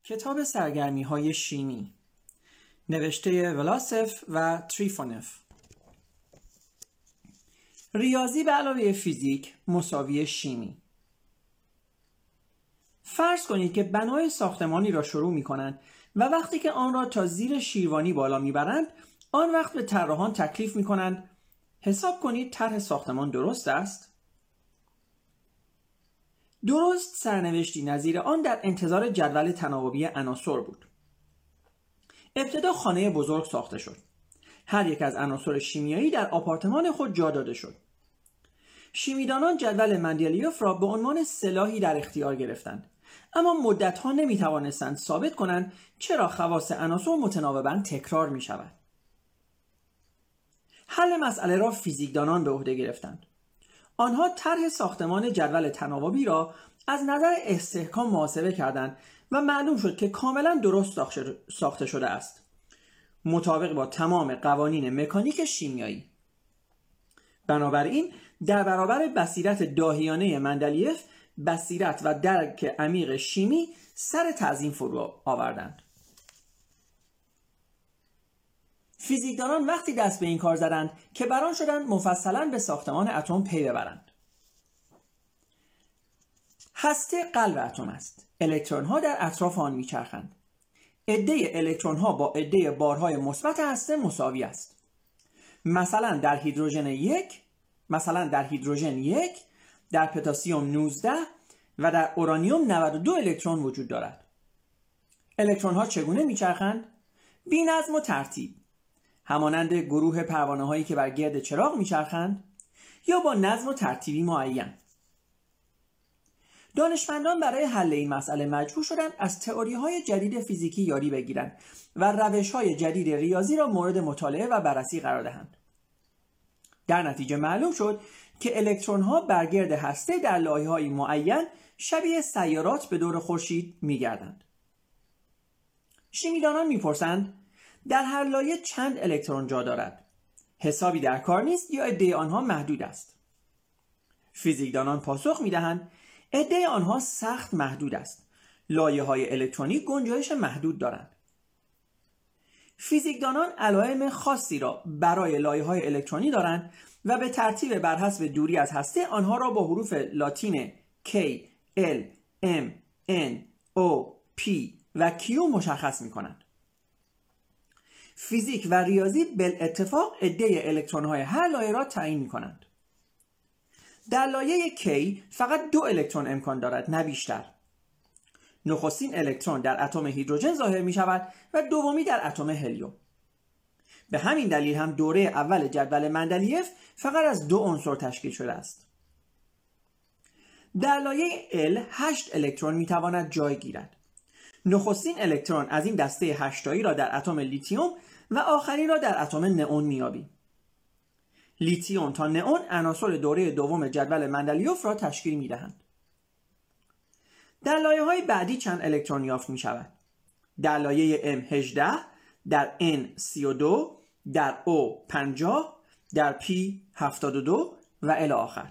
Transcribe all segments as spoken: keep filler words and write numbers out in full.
کتاب سرگرمی‌های شیمی نوشته ولاسف و تریفونف. ریاضی به علاوه فیزیک مساوی شیمی. فرض کنید که بنای ساختمانی را شروع می‌کنند و وقتی که آن را تا زیر شیروانی بالا می‌برند، آن وقت به طراحان تکلیف می‌کنند حساب کنید طرح ساختمان درست است؟ درست سرنوشتی نظیر آن در انتظار جدول تناوبی عناصر بود. ابتدا خانه بزرگ ساخته شد. هر یک از عناصر شیمیایی در آپارتمان خود جا داده شد. شیمیدانان جدول مندلیوف را به عنوان سلاحی در اختیار گرفتند، اما مدت‌ها نمی‌توانستند ثابت کنند چرا خواص عناصر متناوباً تکرار می‌شود. حل مسئله را فیزیکدانان به عهده گرفتند. آنها طرح ساختمان جدول تناوبی را از نظر استحکام محاسبه کردند و معلوم شد که کاملا درست ساخته شده است، مطابق با تمام قوانین مکانیک شیمیایی. بنابراین در برابر بصیرت داهیانه مندلیف، بصیرت و درک عمیق شیمی سر تعظیم فرو آوردند. فیزیکدانان وقتی دست به این کار زدند که بران شدند مفصلاً به ساختمان اتم پی ببرند. هسته قلب اتم است. الکترون ها در اطراف آن میچرخند. عده الکترون ها با عده بارهای مثبت هسته مساوی است. مثلا در هیدروژن یک، مثلا در هیدروژن یک، در پتاسیم نوزده و در اورانیوم نود و دو الکترون وجود دارد. الکترون ها چگونه میچرخند؟ بی نظم و ترتیب، همانند گروه پروانه هایی که بر گرد چراغ میچرخند، یا با نظم و ترتیبی معین. دانشمندان برای حل این مسئله مجبور شدند از تئوری های جدید فیزیکی یاری بگیرند و روش های جدید ریاضی را مورد مطالعه و بررسی قرار دهند. در نتیجه معلوم شد که الکترون ها بر گرد هسته در لایه‌های معین شبیه سیارات به دور خورشید میگردند. شیمیدانان میپرسند در هر لایه چند الکترون جا دارد؟ حسابی در کار نیست یا عده آنها محدود است؟ فیزیکدانان پاسخ میدهند عده آنها سخت محدود است. لایه‌های الکترونی گنجایش محدود دارند. فیزیکدانان علائم خاصی را برای لایه‌های الکترونی دارند و به ترتیب بر حسب دوری از هسته آنها را با حروف لاتین K, L, M, N, O, P و Q مشخص می‌کنند. فیزیک و ریاضی بالاتفاق عده الکترون‌های هر لایه را تعیین می‌کنند. در لایه K فقط دو الکترون امکان دارد، نه بیشتر. نخستین الکترون در اتم هیدروژن ظاهر می‌شود و دومی در اتم هلیوم. به همین دلیل هم دوره اول جدول مندلیف فقط از دو عنصر تشکیل شده است. در لایه L هشت الکترون می‌تواند جای گیرد. نخستین الکترون از این دسته هشتایی را در اتم لیتیوم و آخری را در اتم نئون می‌یابیم. لیتیوم تا نئون عناصر دوره دوم جدول مندلیوف را تشکیل می‌دهند. در لایه‌های بعدی چند الکترون یافت می‌شود. در لایه M هجده، در N سی و دو، در O پنجاه، در P هفتاد و دو و الی آخر.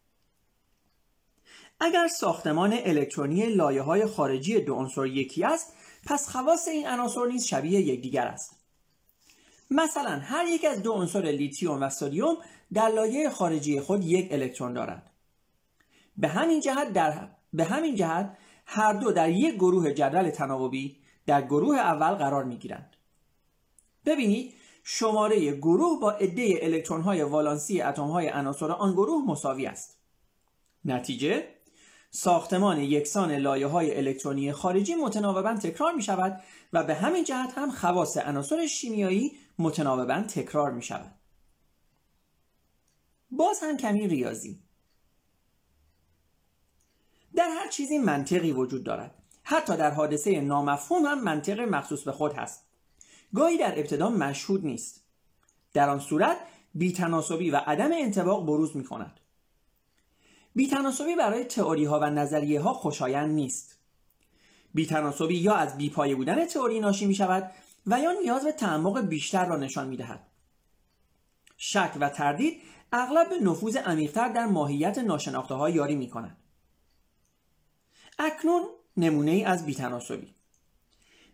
اگر ساختمان الکترونی لایه‌های خارجی دو عنصر یکی است، پس خواص این عناصر نیز شبیه یکدیگر است. مثلا هر یک از دو عنصر لیتیوم و سدیم در لایه خارجی خود یک الکترون دارد. به همین جهت در به همین جهت هر دو در یک گروه جدول تناوبی در گروه اول قرار می‌گیرند. ببینید شماره گروه با عده الکترون‌های والانسی اتم‌های عناصر آن گروه مساوی است. نتیجه ساختمان یکسان لایه‌های الکترونی خارجی متناوباً تکرار می‌شود و به همین جهت هم خواص عناصر شیمیایی متناوباً تکرار می‌شود. باز هم کمی ریاضی. در هر چیزی منطقی وجود دارد. حتی در حادثه نامفهوم هم منطق مخصوص به خود هست. گاهی در ابتدا مشهود نیست. در آن صورت بی‌تناسبی و عدم انطباق بروز می‌کند. بی‌تناسبی برای تئوری ها و نظریه ها خوشایند نیست. بی‌تناسبی یا از بی‌پایه بودن تئوری ناشی می شود و یا نیاز به تعمق بیشتر را نشان می دهد. شک و تردید اغلب به نفوذ عمیق‌تر در ماهیت ناشناخته ها یاری می کند. اکنون نمونه ای از بی‌تناسبی.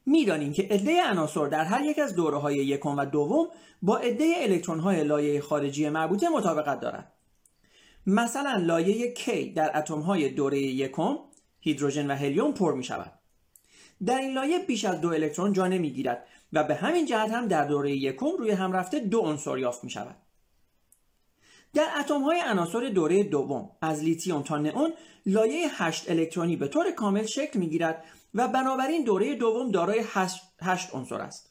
می‌دانیم که عده عناصر در هر یک از دوره‌های یکم و دوم با عده الکترون‌های لایه خارجی مربوطه مطابقت دارد. مثلا لایه K در اتم‌های دوره یکم هیدروژن و هلیوم پر می‌شود. در این لایه بیش از دو الکترون جا نمی‌گیرد و به همین جهت هم در دوره یکم روی هم رفته دو عنصر یافت می‌شود. در اتم‌های عناصر دوره دوم از لیتیوم تا نئون لایه هشت الکترونی به طور کامل شکل می‌گیرد و بنابراین دوره دوم دارای هشت عنصر است.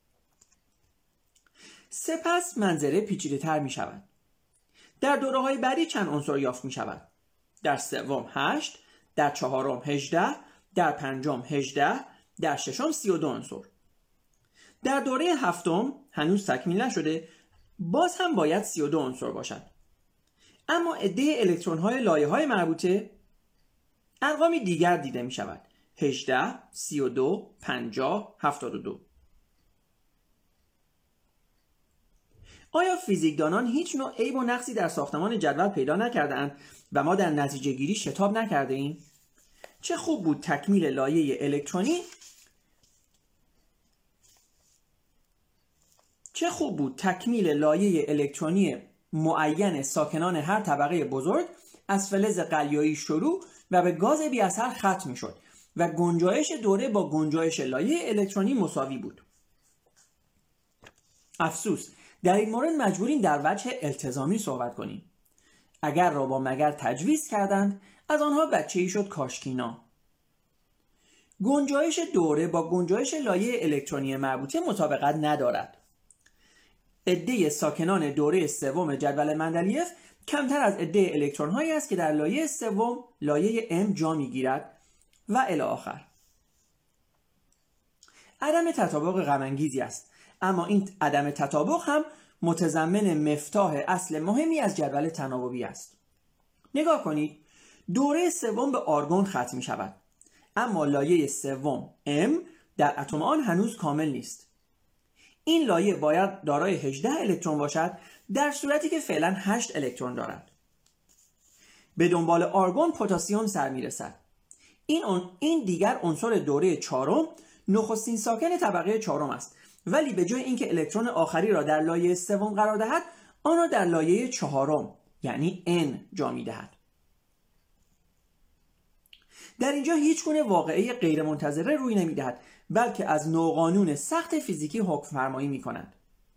سپس منظره پیچیده‌تر می‌شود. در دوره‌های بعدی چند عنصر یافت می‌شود؟ در سوم هشت، در چهارم هجده، در پنجم هجده، در ششم سی و دو عنصر. در دوره هفتم هنوز تکمیل نشده، باز هم باید سی و دو عنصر باشد. اما عده الکترون‌های لایه‌های مربوطه ارقامی دیگر دیده می‌شود: هجده، سی و دو، پنجاه، هفتاد و دو. آیا فیزیکدانان هیچ نوع عیب و نقصی در ساختمان جدول پیدا نکرده‌اند و ما در نتیجه گیری شتاب نکرده ایم؟ چه خوب بود تکمیل لایه الکترونی چه خوب بود تکمیل لایه الکترونی معین ساکنان هر طبقه بزرگ از فلز قلیایی شروع و به گاز بی اثر ختم می‌شد و گنجایش دوره با گنجایش لایه الکترونی مساوی بود. افسوس در این مورد مجبوریم در وجه التزامی صحبت کنیم. اگر را با مگر تجویز کردند، از آنها بچه‌ای شد کاشکینا. گنجایش دوره با گنجایش لایه الکترونی مربوطه مطابقت ندارد. عده ساکنان دوره سوم جدول مندلیف کمتر از عده الکترون هایی است که در لایه سوم لایه M جا میگیرد و الی آخر. عدم تطابق غم انگیزی است، اما این عدم تطابق هم متضمن مفتاح اصل مهمی از جدول تناوبی است. نگاه کنید، دوره سوم به آرگون ختم می شود، اما لایه سوم M در اتم آن هنوز کامل نیست. این لایه باید دارای هجده الکترون باشد، در صورتی که فعلا هشت الکترون دارد. به دنبال آرگون پتاسیم سر می رسد. این, این دیگر عنصر دوره چهارم نخستین ساکن طبقه چهارم است، ولی به جای اینکه الکترون آخری را در لایه سوم قرار دهد، آن را در لایه چهارم یعنی N جا می دهد. در اینجا هیچ گونه واقعه غیر منتظره روی نمی دهد، بلکه از نوع قانون سخت فیزیکی حکم فرمایی می کند.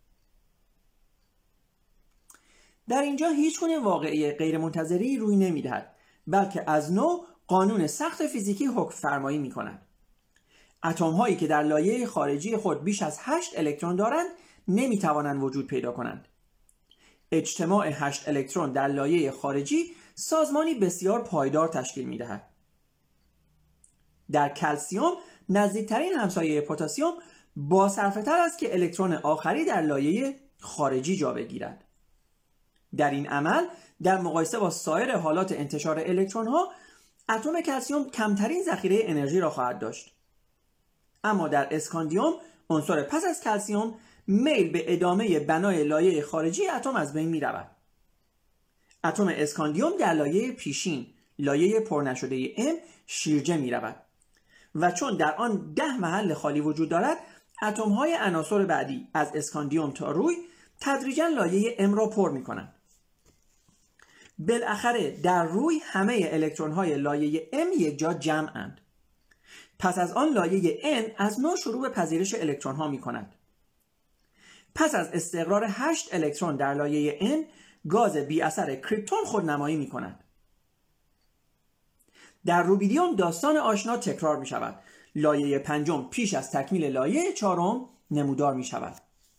در اینجا هیچ گونه واقعه غیر منتظری روی نمی دهد، بلکه از نوع قانون سخت فیزیکی حکم فرمایی می کند. اتم هایی که در لایه خارجی خود بیش از هشت الکترون دارند نمی توانند وجود پیدا کنند. اجتماع هشت الکترون در لایه خارجی سازمانی بسیار پایدار تشکیل می دهد. در کلسیم نزدیکترین همسایه پتاسیم با صرفه تر است که الکترون آخری در لایه خارجی جا بگیرد. در این عمل در مقایسه با سایر حالات انتشار الکترون ها اتم کلسیم کمترین ذخیره انرژی را خواهد داشت. اما در اسکاندیوم عنصر پس از کلسیم میل به ادامه بنای لایه خارجی اتم از بین می رود. اتم اسکاندیوم در لایه پیشین لایه پر نشده M شیرجه می رود و چون در آن ده محل خالی وجود دارد، اتم های عناصر بعدی از اسکاندیوم تا روی تدریجاً لایه M را پر می کنند. بالاخره در روی همه الکترون های لایه M یک جا جمع اند. پس از آن لایه N از نو شروع به پذیرش الکترون ها می کند. پس از استقرار هشت الکترون در لایه N، گاز بی اثر کریپتون خودنمایی می کند. در روبیدیوم داستان آشنا تکرار می شود. لایه پنجم پیش از تکمیل لایه چهارم نمودار می شود.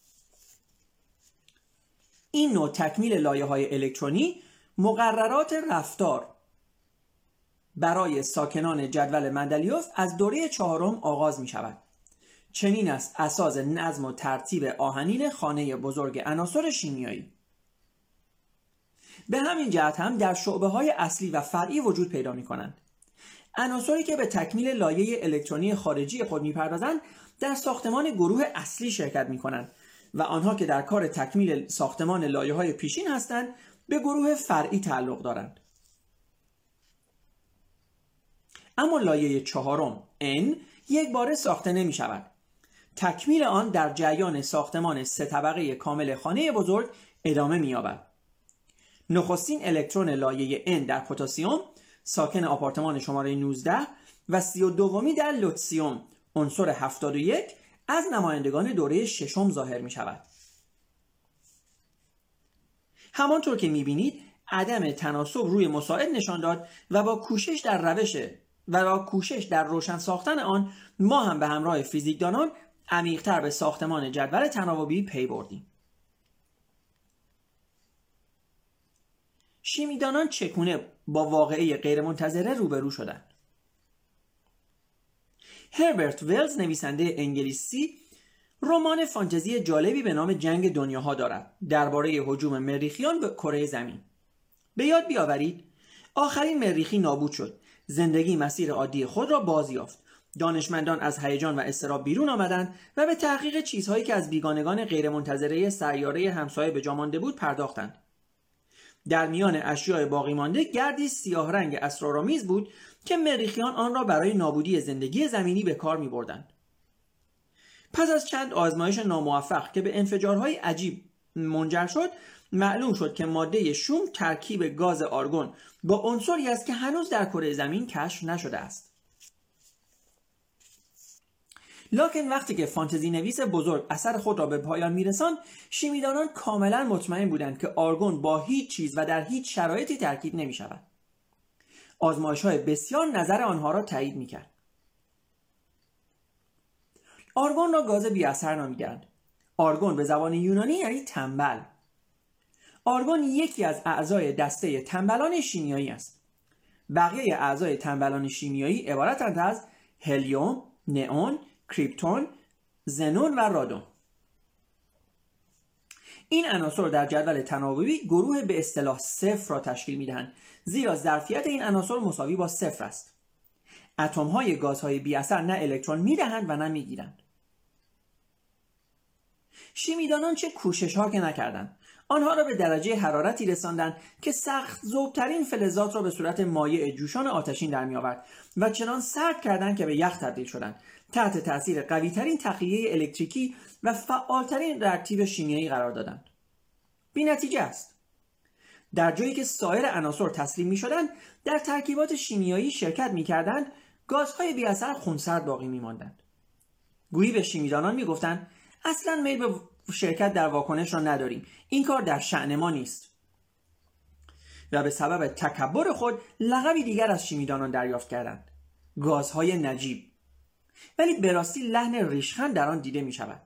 این نوع تکمیل لایه های الکترونی مقررات رفتار برای ساکنان جدول مندلیف از دوره چهارم آغاز می شود. چنین است اساس نظم و ترتیب آهنین خانه بزرگ عناصر شیمیایی. به همین جهت هم در شعبه های اصلی و فرعی وجود پیدا می کنند. عناصری که به تکمیل لایه الکترونی خارجی خود می پردازند در ساختمان گروه اصلی شرکت می کنند و آنها که در کار تکمیل ساختمان لایه های پیشین هستند به گروه فرعی تعلق دارند. اما لایه چهارم N یک باره ساخته نمی شود. تکمیل آن در جریان ساختمان سه طبقه کامل خانه بزرگ ادامه می یابد. نخستین الکترون لایه N در پتاسیم ساکن آپارتمان شماره نوزده و سی و دومی در لوتسیوم عنصر هفتاد و یک از نمایندگان دوره ششم ظاهر می شود. همانطور که می بینید عدم تناسب روی مساعد نشان داد و با کوشش در روش و با کوشش در روشن ساختن آن ما هم به همراه فیزیکدانان عمیق‌تر به ساختمان جدول تناوبی پی بردیم. شیمیدانان چگونه با واقعه غیرمنتظره روبرو شدند؟ هربرت ولز نویسنده انگلیسی رمان فانتزی جالبی به نام جنگ دنیاها دارد درباره هجوم مریخیان به کره زمین. به یاد بیاورید آخرین مریخی نابود شد. زندگی مسیر عادی خود را بازیافت. دانشمندان از هیجان و اضطراب بیرون آمدند و به تحقیق چیزهایی که از بیگانگان غیرمنتظره سیاره همسایه به جا مانده بود پرداختند. در میان اشیاء باقی مانده گردی سیاه رنگ اسرارآمیز بود که مریخیان آن را برای نابودی زندگی زمینی به کار می‌بردند. پس از چند آزمایش ناموفق که به انفجارهای عجیب منجر شد، معلوم شد که ماده شوم ترکیب گاز آرگون با عنصری است که هنوز در کره زمین کشف نشده است. لکن وقتی که فانتزی نویس بزرگ اثر خود را به پایان میرساند، شیمیدانان کاملا مطمئن بودند که آرگون با هیچ چیز و در هیچ شرایطی ترکیب نمی شود. آزمایش‌های بسیار نظر آنها را تایید می‌کرد. آرگون را گاز بی اثر نامیدند. آرگون به زبان یونانی یعنی تنبل. آرگون یکی از اعضای دسته تنبلان شیمیایی است. بقیه اعضای تنبلان شیمیایی عبارتند از هلیوم، نئون، کریپتون، زنون و رادون. این عناصر در جدول تناوبی گروه به اصطلاح صفر را تشکیل می‌دهند، زیرا ظرفیت این عناصر مساوی با صفر است. اتم‌های گازهای بی اثر نه الکترون می‌دهند و نه می‌گیرند. شیمیدانان چه کوشش‌ها که نکردند. آنها را به درجه حرارتی رساندند که سخت ذوب‌ترین فلزات را به صورت مایع جوشان آتشین در می‌آورد و چنان سرد کردند که به یخ تبدیل شدند. تحت تأثیر قوی‌ترین تخلیه الکتریکی و فعالترین ترکیب شیمیایی قرار دادند. بی‌نتیجه است. در جایی که سایر عناصر تسلیم می‌شدند، در ترکیبات شیمیایی شرکت می‌کردند، گازهای بی‌اثر خونسرد باقی می‌ماندند. گویی به شیمیدانان می‌گفتند اصلاً میل به شرکت در واکنش را نداریم. این کار در شأن ما نیست. و به سبب تکبر خود لقبی دیگر از شیمیدانان دریافت کردند. گازهای نجیب. ولی به راستی لحن ریشخند در آن دیده می شود.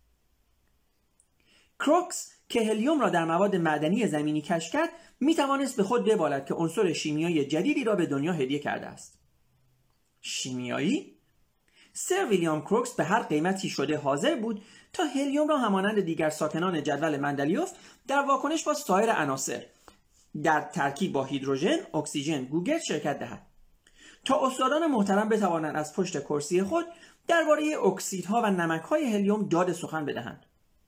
کروکس که هلیوم را در مواد معدنی زمینی کشف کرد می توانست به خود ببالد که عنصر شیمیایی جدیدی را به دنیا هدیه کرده است. شیمیایی؟ سر ویلیام کروکس به هر قیمتی شده حاضر بود تا هلیوم را همانند دیگر ساکنان جدول مندلیوف در واکنش با سایر عناصر در ترکیب با هیدروژن، اکسیژن، گوگرد شرکت دهد تا استادان محترم بتوانند از پشت کرسی خود درباره اکسیدها و نمک‌های هلیوم داد سخن بدهند.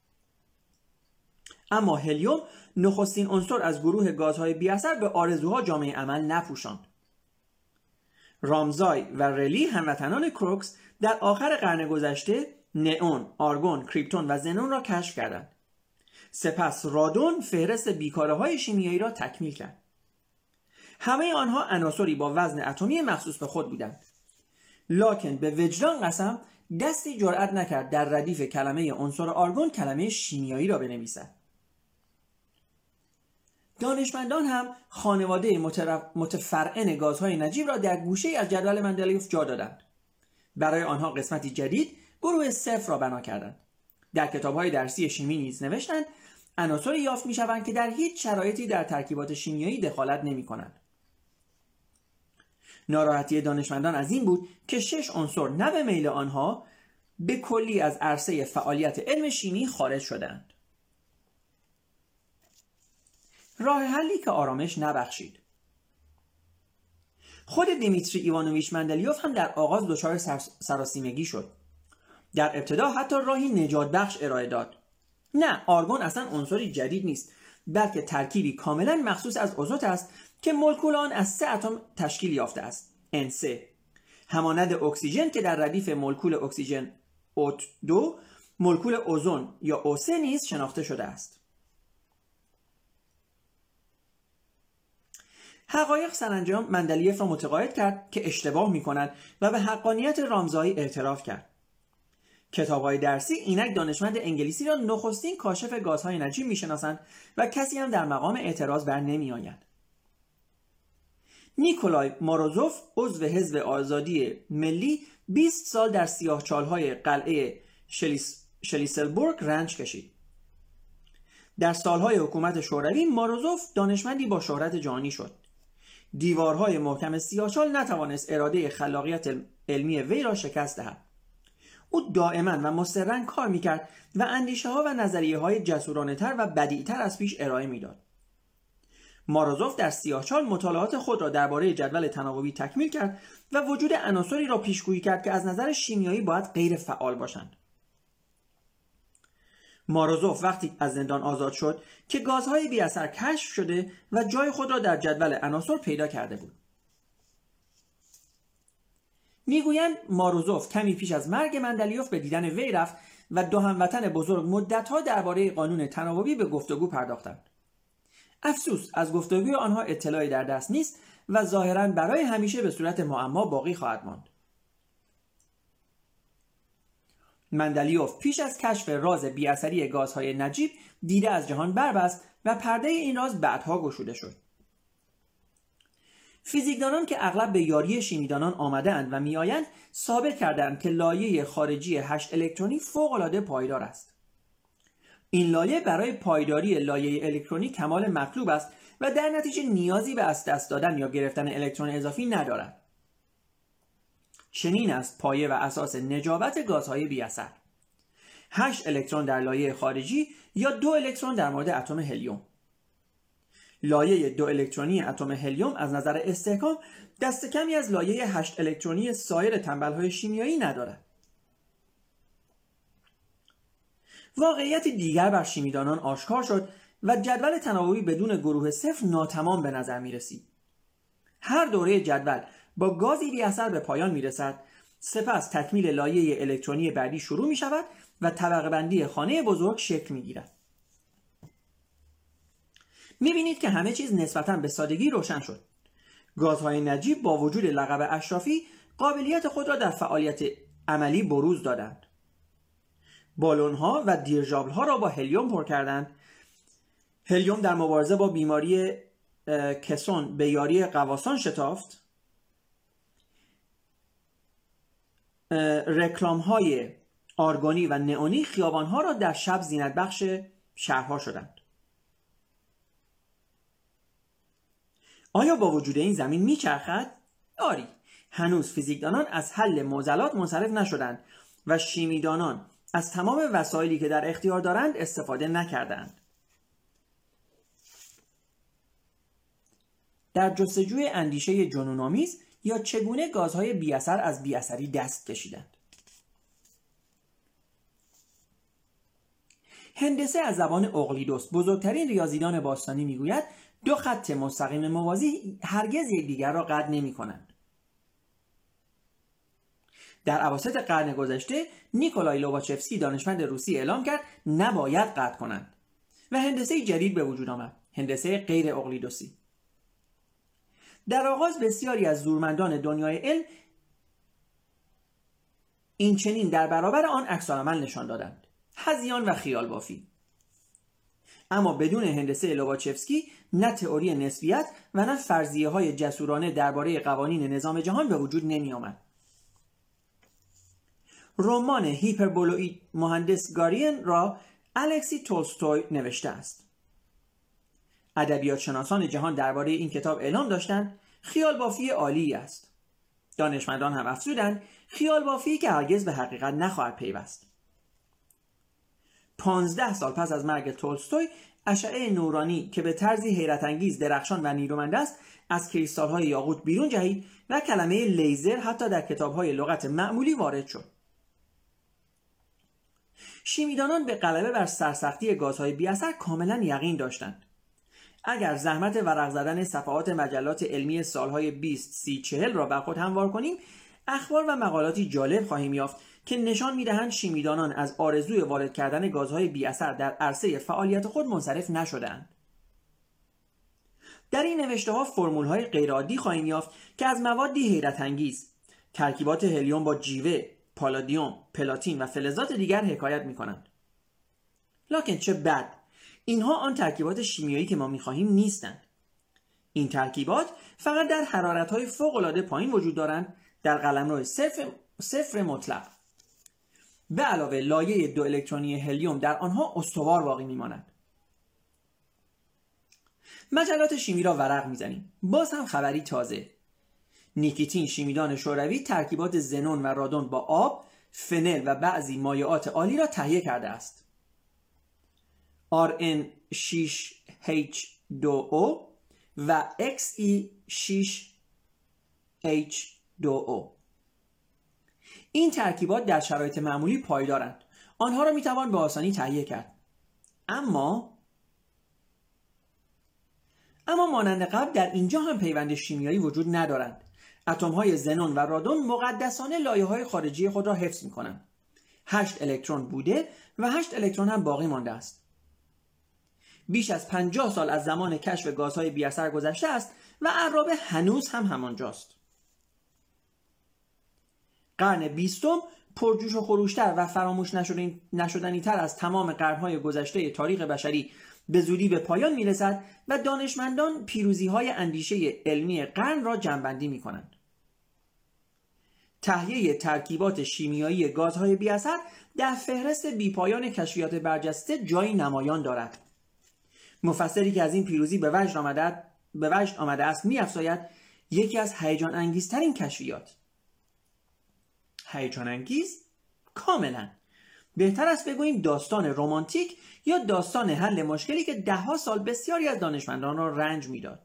اما هلیوم نخستین عنصر از گروه گازهای بی‌اثر به آرزوها جامعه عمل نپوشاند. رامزای و رلی هموطنان کروکس در آخر قرن گذشته نئون، آرگون، کریپتون و زنون را کشف کردند. سپس رادون فهرست بیکاره‌های شیمیایی را تکمیل کرد. همه آنها عناصری با وزن اتمی مخصوص به خود بودند. لکن به وجدان قسم دستی جرأت نکرد در ردیف کلمه عنصر آرگون کلمه شیمیایی را بنویسد. دانشمندان هم خانواده متفرعن گازهای نجیب را در گوشه از جدول مندلیوف جا دادند. برای آنها قسمتی جدید گروه صفر را بنا کردند. در کتاب‌های درسی شیمی نیز نوشتند عناصری یافت می‌شوند که در هیچ شرایطی در ترکیبات شیمیایی دخالت نمی‌کنند. ناراحتی دانشمندان از این بود که شش عنصر نه به میل آنها به کلی از عرصه فعالیت علم شیمی خارج شدند. راه حلی که آرامش نبخشید. خود دیمیتری ایوانوویچ مندلیوف هم در آغاز دچار سراسیمگی شد. در ابتدا حتی راهی نجات بخش ارائه داد. نه، آرگون اصلا عنصری جدید نیست، بلکه ترکیبی کاملا مخصوص از آزوت است که مولکول آن از سه اتم تشکیل یافته است، ان سه. همانند اکسیژن که در ردیف مولکول اکسیژن او دو مولکول اوزون یا او سه نیز شناخته شده است. حقایق سرانجام مندلیف را متقاعد کرد که اشتباه می‌کنند و به حقانیت رامزایی اعتراف کرد. کتاب‌های درسی اینک دانشمند انگلیسی را نخستین کاشف گازهای نجیب می‌شناسند و کسی هم در مقام اعتراض بر نمی‌آید. نیکولای موروزوف عضو حزب آزادی ملی بیست سال در سیاهچال‌های قلعه شلیس... شلیسلبورگ رنج کشید. در سالهای حکومت شوروی موروزوف دانشمندی با شهرت جهانی شد. دیوارهای محکم سیاهچال نتوانست اراده خلاقیت علمی وی را شکست دهد. او دائما و مصرراً کار میکرد و اندیشه ها و نظریه های جسورانه تر و بدیعتر از پیش ارائه میداد. موروزوف در سیاهچال مطالعات خود را درباره جدول تناوبی تکمیل کرد و وجود عناصری را پیشگویی کرد که از نظر شیمیایی باید غیر فعال باشند. موروزوف وقتی از زندان آزاد شد که گازهای بی اثر کشف شده و جای خود را در جدول عناصر پیدا کرده بود. میگویند موروزوف کمی پیش از مرگ مندلیف به دیدن وی رفت و دو هموطن بزرگ مدت‌ها درباره قانون تناوبی به گفتگو پرداختند. افسوس از گفتگوی آنها اطلاعی در دست نیست و ظاهراً برای همیشه به صورت معما باقی خواهد ماند. مندلیف پیش از کشف راز بی‌اثری گازهای نجیب دیده از جهان بربست و پرده این راز بعدها گشوده شد. فیزیکدانان که اغلب به یاری شیمیدانان آمده‌اند و میآیند ثابت کردند که لایه خارجی هشت الکترونی فوق‌العاده پایدار است. این لایه برای پایداری لایه الکترونی کمال مطلوب است و در نتیجه نیازی به از دست دادن یا گرفتن الکترون اضافی ندارد. چنین است پایه و اساس نجابت گازهای بی اثر. هشت الکترون در لایه خارجی یا دو الکترون در مورد اتم هلیوم. لایه دو الکترونی اتم هلیوم از نظر استحکام دست کمی از لایه هشت الکترونی سایر تنبل‌های شیمیایی ندارد. واقعیت دیگر بر شیمیدانان آشکار شد و جدول تناوبی بدون گروه صفر ناتمام به نظر می رسید. هر دوره جدول با گازی بی اثر به پایان می رسد، سپس تکمیل لایه الکترونی بعدی شروع می شود و طبقه بندی خانه بزرگ شکل می گیرد. می بینید که همه چیز نسبتاً به سادگی روشن شد. گازهای نجیب با وجود لقب اشرافی قابلیت خود را در فعالیت عملی بروز دادند. بالون‌ها و دیرژابل‌ها را با هلیوم پر کردند. هلیوم در مبارزه با بیماری کسون به یاری قواسان شتافت. رکلام‌های آرگونی و نئونی خیابان‌ها را در شب زینت بخش شهرها شدند. آیا با وجود این زمین میچرخد؟ آری، هنوز فیزیکدانان از حل معضلات منصرف نشدند و شیمیدانان از تمام وسایلی که در اختیار دارند استفاده نکردند. در جستجوی اندیشه جنون‌آمیز یا چگونه گازهای بی اثر از بی اثری دست کشیدند. هندسه از زبان اقلیدس، بزرگترین ریاضیدان باستانی، میگوید دو خط مستقیم موازی هرگز یکدیگر را قطع نمی‌کنند. در اواسط قرن گذشته نیکولای لوباچفسکی دانشمند روسی اعلام کرد نباید قطع کنند و هندسه جدید به وجود آمد، هندسه غیر اقلیدسی. در آغاز بسیاری از زورمندان دنیای علم این چنین در برابر آن عکس‌العمل نشان دادند، هذیان و خیال بافی. اما بدون هندسه لوباچفسکی نه تئوری نسبیت و نه فرضیه های جسورانه درباره قوانین نظام جهان به وجود نمی آمد. رمان هیپربولوئید مهندس گارین را الکسی تولستوی نوشته است. ادبیات شناسان جهان درباره این کتاب اعلام داشتند خیال بافی عالی است. دانشمندان هم افزودند خیال بافی که هرگز به حقیقت نخواهد پیوست. پانزده سال پس از مرگ تولستوی اشعه نورانی که به طرزی حیرت انگیز درخشان و نیرومند است از کریستال‌های یاقوت بیرون جهید و کلمه لیزر حتی در کتاب‌های لغت معمولی وارد شد. شیمیدانان به غلبه بر سرسختی گازهای بی اثر کاملا یقین داشتند. اگر زحمت ورق زدن صفحات مجلات علمی سالهای بیست، سی، چهل را بر خود هموار کنیم، اخبار و مقالاتی جالب خواهیم یافت که نشان می‌دهند شیمیدانان از آرزوی وارد کردن گازهای بی‌اثر در عرصه فعالیت خود منصرف نشده‌اند. در این نوشته‌ها فرمول‌های غیرعادی خواهیم یافت که از موادی حیرت انگیز، ترکیبات هلیوم با جیوه، پالادیوم، پلاتین و فلزات دیگر حکایت می‌کنند. لکن چه بد، اینها آن ترکیبات شیمیایی که ما می‌خواهیم نیستند. این ترکیبات فقط در حرارت‌های فوق‌العاده پایین وجود دارند، در قلمرو صفر صفر مطلق. به علاوه لایه دو الکترونی هلیوم در آنها استوار باقی می‌ماند. مجلات شیمی را ورق می‌زنیم. باز هم خبری تازه. نیکیتین شیمیدان شوروی ترکیبات زنون و رادون با آب، فنل و بعضی مایعات آلی را تهیه کرده است. آر ان شش اچ دو او و ایکس ای شش اچ دو او. این ترکیبات در شرایط معمولی پایدارند. آنها را میتوان به آسانی تهیه کرد. اما اما مانند قبل در اینجا هم پیوند شیمیایی وجود ندارند. اتم‌های زنون و رادون مقدسانه لایه‌های خارجی خود را حفظ می‌کنند. هشت الکترون بوده و هشت الکترون هم باقی مانده است. بیش از پنجاه سال از زمان کشف گازهای بی‌اثر گذشته است و عرابه هنوز هم همانجاست. قرن بیستم پرجوش و خروشتر و فراموش نشدنی تر از تمام قرن‌های گذشته تاریخ بشری به زودی به پایان می‌رسد و دانشمندان پیروزی‌های اندیشه علمی قرن را جمع‌بندی می‌کنند. تهیه ترکیبات شیمیایی گازهای بی‌اثر در فهرست بی‌پایان کشفیات برجسته جایی نمایان دارد. مفسری که از این پیروزی به وجد آمده به وجد آمده است می‌افزاید یکی از هیجان انگیزترین کشفیات. هیجان انگیز؟ کاملا. بهتر است بگوییم داستان رمانتیک یا داستان حل مشکلی که ده‌ها سال بسیاری از دانشمندان را رنج می‌داد.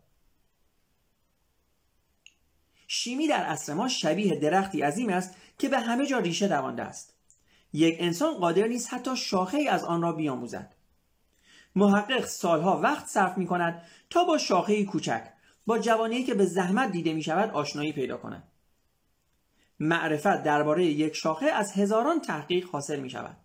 شیمی در عصر ما شبیه درختی عظیم است که به همه جا ریشه دوانده است. یک انسان قادر نیست حتی شاخه‌ای از آن را بیاموزد. محقق سالها وقت صرف می‌کند تا با شاخه‌ای کوچک، با جوانه‌ای که به زحمت دیده می‌شود آشنایی پیدا کند. معرفت درباره یک شاخه از هزاران تحقیق حاصل می شود.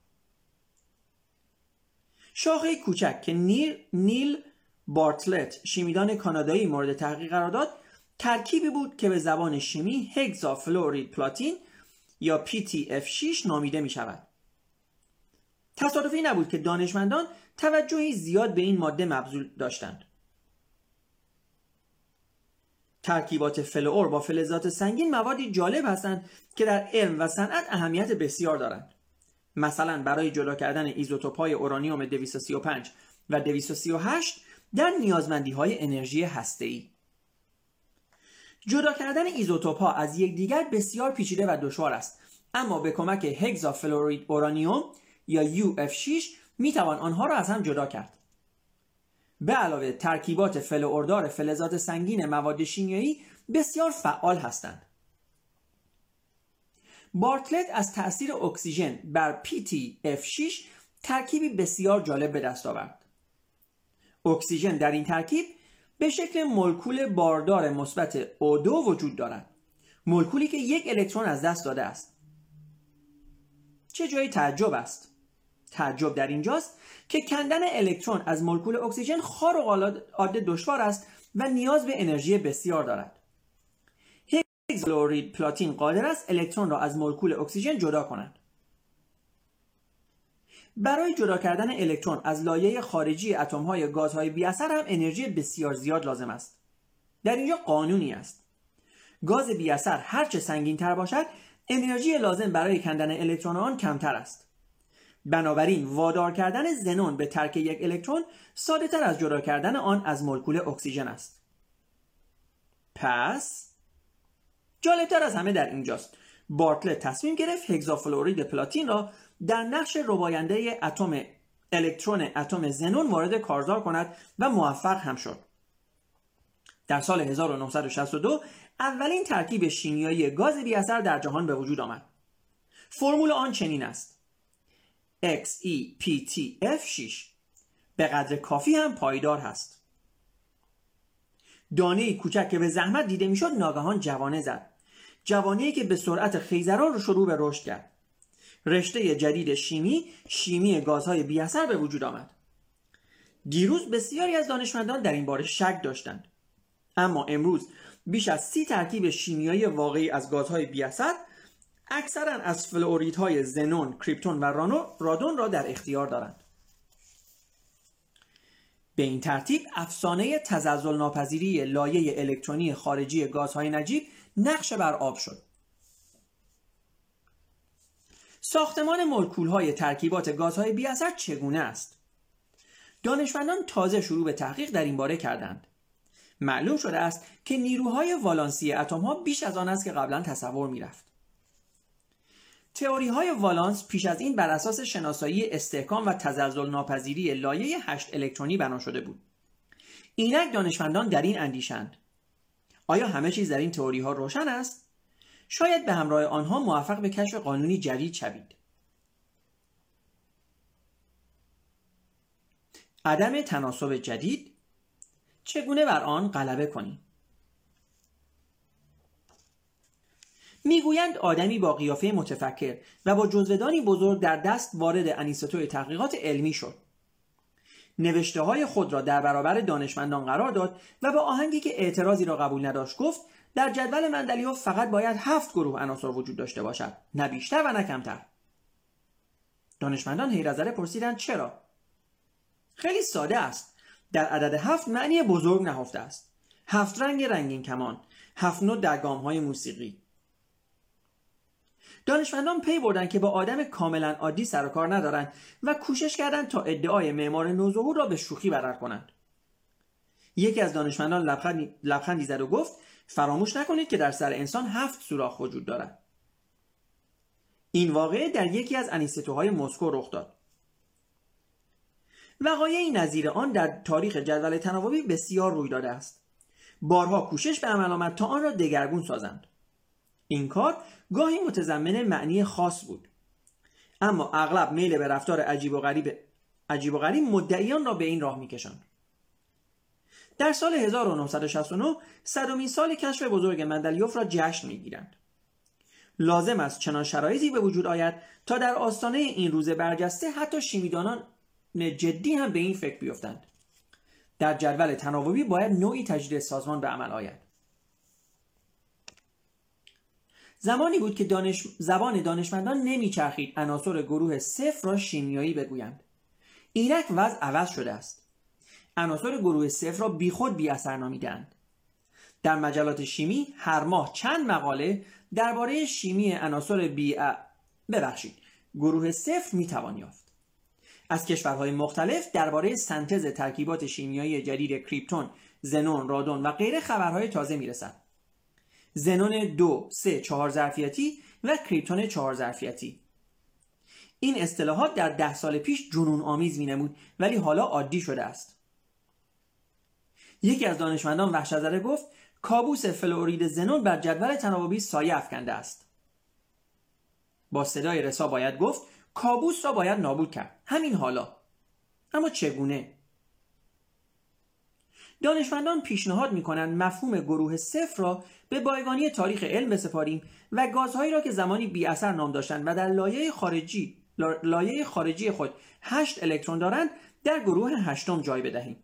شاخه کوچک که نیل, نیل بارتلت شیمیدان کانادایی مورد تحقیق قرار داد ترکیبی بود که به زبان شیمی هگزافلورید پلاتین یا پی تی اف شش نامیده می شود. تصادفی نبود که دانشمندان توجهی زیاد به این ماده مبذول داشتند. ترکیبات فلور با فلزات سنگین موادی جالب هستند که در علم و صنعت اهمیت بسیار دارند. مثلا برای جدا کردن ایزوتوپ‌های اورانیوم دویست و سی و پنج و دویست و سی و هشت در نیازمندی‌های انرژی هسته‌ای. جدا کردن ایزوتوپ‌ها از یکدیگر بسیار پیچیده و دشوار است، اما به کمک هگزافلورید اورانیوم یا یو اف شش می‌توان آنها را از هم جدا کرد. به علاوه ترکیبات فلوردار فلزات سنگین مواد شیمیایی بسیار فعال هستند. بارتلت از تأثیر اکسیژن بر پی تی اف شش ترکیبی بسیار جالب به دست آورد. اکسیژن در این ترکیب به شکل مولکول باردار مثبت او دو وجود دارد. مولکولی که یک الکترون از دست داده است. چه جای تعجب است؟ تعجب در اینجاست که کندن الکترون از مولکول اکسیژن خارق العاده دشوار است و نیاز به انرژی بسیار دارد. هگزافلورید پلاتین قادر است الکترون را از مولکول اکسیژن جدا کند. برای جدا کردن الکترون از لایه خارجی اتم‌های گازهای بی‌اثر هم انرژی بسیار زیاد لازم است. در اینجا قانونی است. گاز بی‌اثر هرچه سنگین‌تر باشد، انرژی لازم برای کندن الکترون آن کمتر است. بنابراین وادار کردن زنون به ترک یک الکترون ساده تر از جدا کردن آن از مولکول اکسیژن است. پس جالبتر از همه در اینجاست. بارتلت تصمیم گرفت هگزافلورید پلاتین را در نقش رباینده اتم الکترون اتم زنون وارد کارزار کند و موفق هم شد. در سال هزار و نهصد و شصت و دو اولین ترکیب شیمیایی گاز بی‌اثر در جهان به وجود آمد. فرمول آن چنین است: ایکس ای پی تی اف شش. به قدر کافی هم پایدار هست. دانه‌ای کوچک که به زحمت دیده میشد ناگهان جوانه زد. جوانه‌ای که به سرعت خیزران شروع به رشد کرد. رشته جدید شیمی، شیمی گازهای بی‌اثر به وجود آمد. دیروز بسیاری از دانشمندان در این باره شک داشتند، اما امروز بیش از سی ترکیب شیمیایی واقعی از گازهای بی‌اثر، اکثراً از فلوریدهای زنون، کریپتون و رادون را در اختیار دارند. به این ترتیب افسانه تزلزل ناپذیری لایه الکترونی خارجی گازهای نجیب نقش بر آب شد. ساختمان مولکول‌های ترکیبات گازهای بی‌اثر چگونه است؟ دانشمندان تازه شروع به تحقیق در این باره کردند. معلوم شده است که نیروهای والانسی اتم‌ها بیش از آن است که قبلا تصور می‌رفت. تئوری‌های والانس پیش از این بر اساس شناسایی استحکام و تزلزل ناپذیری لایه هشت الکترونی بنا شده بود. اینک دانشمندان در این اندیشند: آیا همه چیز در این تئوری‌ها روشن است؟ شاید به همراه آنها موفق به کشف قانونی جدید شوید. عدم تناسب جدید، چگونه بر آن غلبه کنیم؟ میگویند آدمی با قیافه متفکر و با جزوه‌دانی بزرگ در دست وارد انیستوی تحقیقات علمی شد. نوشته های خود را در برابر دانشمندان قرار داد و با آهنگی که اعتراضی را قبول نداشت گفت: در جدول مندلیوف فقط باید هفت گروه عناصر وجود داشته باشد، نه بیشتر و نه کمتر. دانشمندان حیرت زده پرسیدند چرا؟ خیلی ساده است. در عدد هفت معنی بزرگ نهفته است. هفت رنگ رنگین کمان، هفت نوع در گام‌های موسیقی. دانشمندان پی بردند که با آدم کاملا عادی سر و کار ندارند و کوشش کردند تا ادعای معمار نوظهور را به شوخی بدل کنند. یکی از دانشمندان لبخندی, لبخندی زد و گفت: فراموش نکنید که در سر انسان هفت سوراخ وجود دارد. این واقعه در یکی از انیستوهای مسکو رخ داد. وقایعی نظیر آن در تاریخ جدول تناوبی بسیار روی داده است. بارها کوشش به عمل آمد تا آن را دگرگون سازند. این کار گاهی متضمن معنی خاص بود، اما اغلب میل به رفتار عجیب و غریب عجیب و غریب مدعیان را به این راه می‌کشاند. در سال هزار و نهصد و شصت و نه صدمین سال کشف بزرگ مندلیوف را جشن می‌گیرند. لازم است چنان شرایطی به وجود آید تا در آستانه این روز برجسته حتی شیمیدانان جدی هم به این فکر بیفتند: در جدول تناوبی باید نوعی تجدید سازمان به عمل آید. زمانی بود که دانش... زبان دانشمندان نمیچرخید عناصر گروه صفر را شیمیایی بگویند. اینک وضع عوض شده است. عناصر گروه صفر را بیخود بی اثر نامیدند. در مجلات شیمی هر ماه چند مقاله درباره شیمی عناصر بی ا... ببخشید گروه صفر میتوان یافت. از کشورهای مختلف درباره سنتز ترکیبات شیمیایی جدید کریپتون، زنون، رادون و غیره خبرهای تازه میرسد. زنون دو، سه، چهار ظرفیتی و کریپتون چهار ظرفیتی. این اصطلاحات در ده سال پیش جنون آمیز می نمود، ولی حالا عادی شده است. یکی از دانشمندان وحشت زده گفت: کابوس فلورید زنون بر جدول تناوبی سایه افکنده است. با صدای رسا باید گفت: کابوس را باید نابود کرد، همین حالا. اما چگونه؟ دانشمندان پیشنهاد می‌کنند مفهوم گروه صفر را به بایگانی تاریخ علم بسپاریم و گازهایی را که زمانی بی اثر نام داشتند و در لایه خارجی لایه خارجی خود هشت الکترون دارند در گروه هشتم جای بدهیم.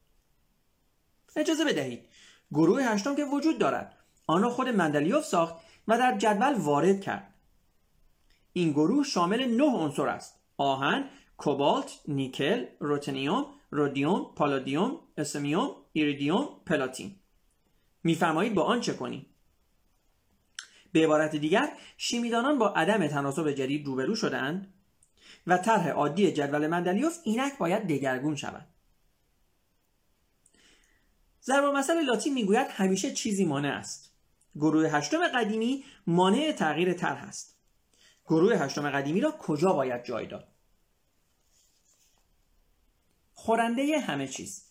اجازه بدهید، گروه هشتم که وجود دارد، آن را خود مندلیوف ساخت و در جدول وارد کرد. این گروه شامل نه عنصر است: آهن، کوبالت، نیکل، روتنیوم، رودیوم، پالادیوم، اسمیوم، ایریدیوم، پلاتین. می‌فرمایید با آن چه کنیم؟ به عبارت دیگر، شیمیدانان با عدم تناسب جدید روبرو شدند و طرح عادی جدول مندلیوف اینک باید دگرگون شود. ضرب‌المثل لاتین میگوید همیشه چیزی مانع است. گروه هشتم قدیمی مانع تغییر طرح است. گروه هشتم قدیمی را کجا باید جای داد؟ خورنده همه چیز.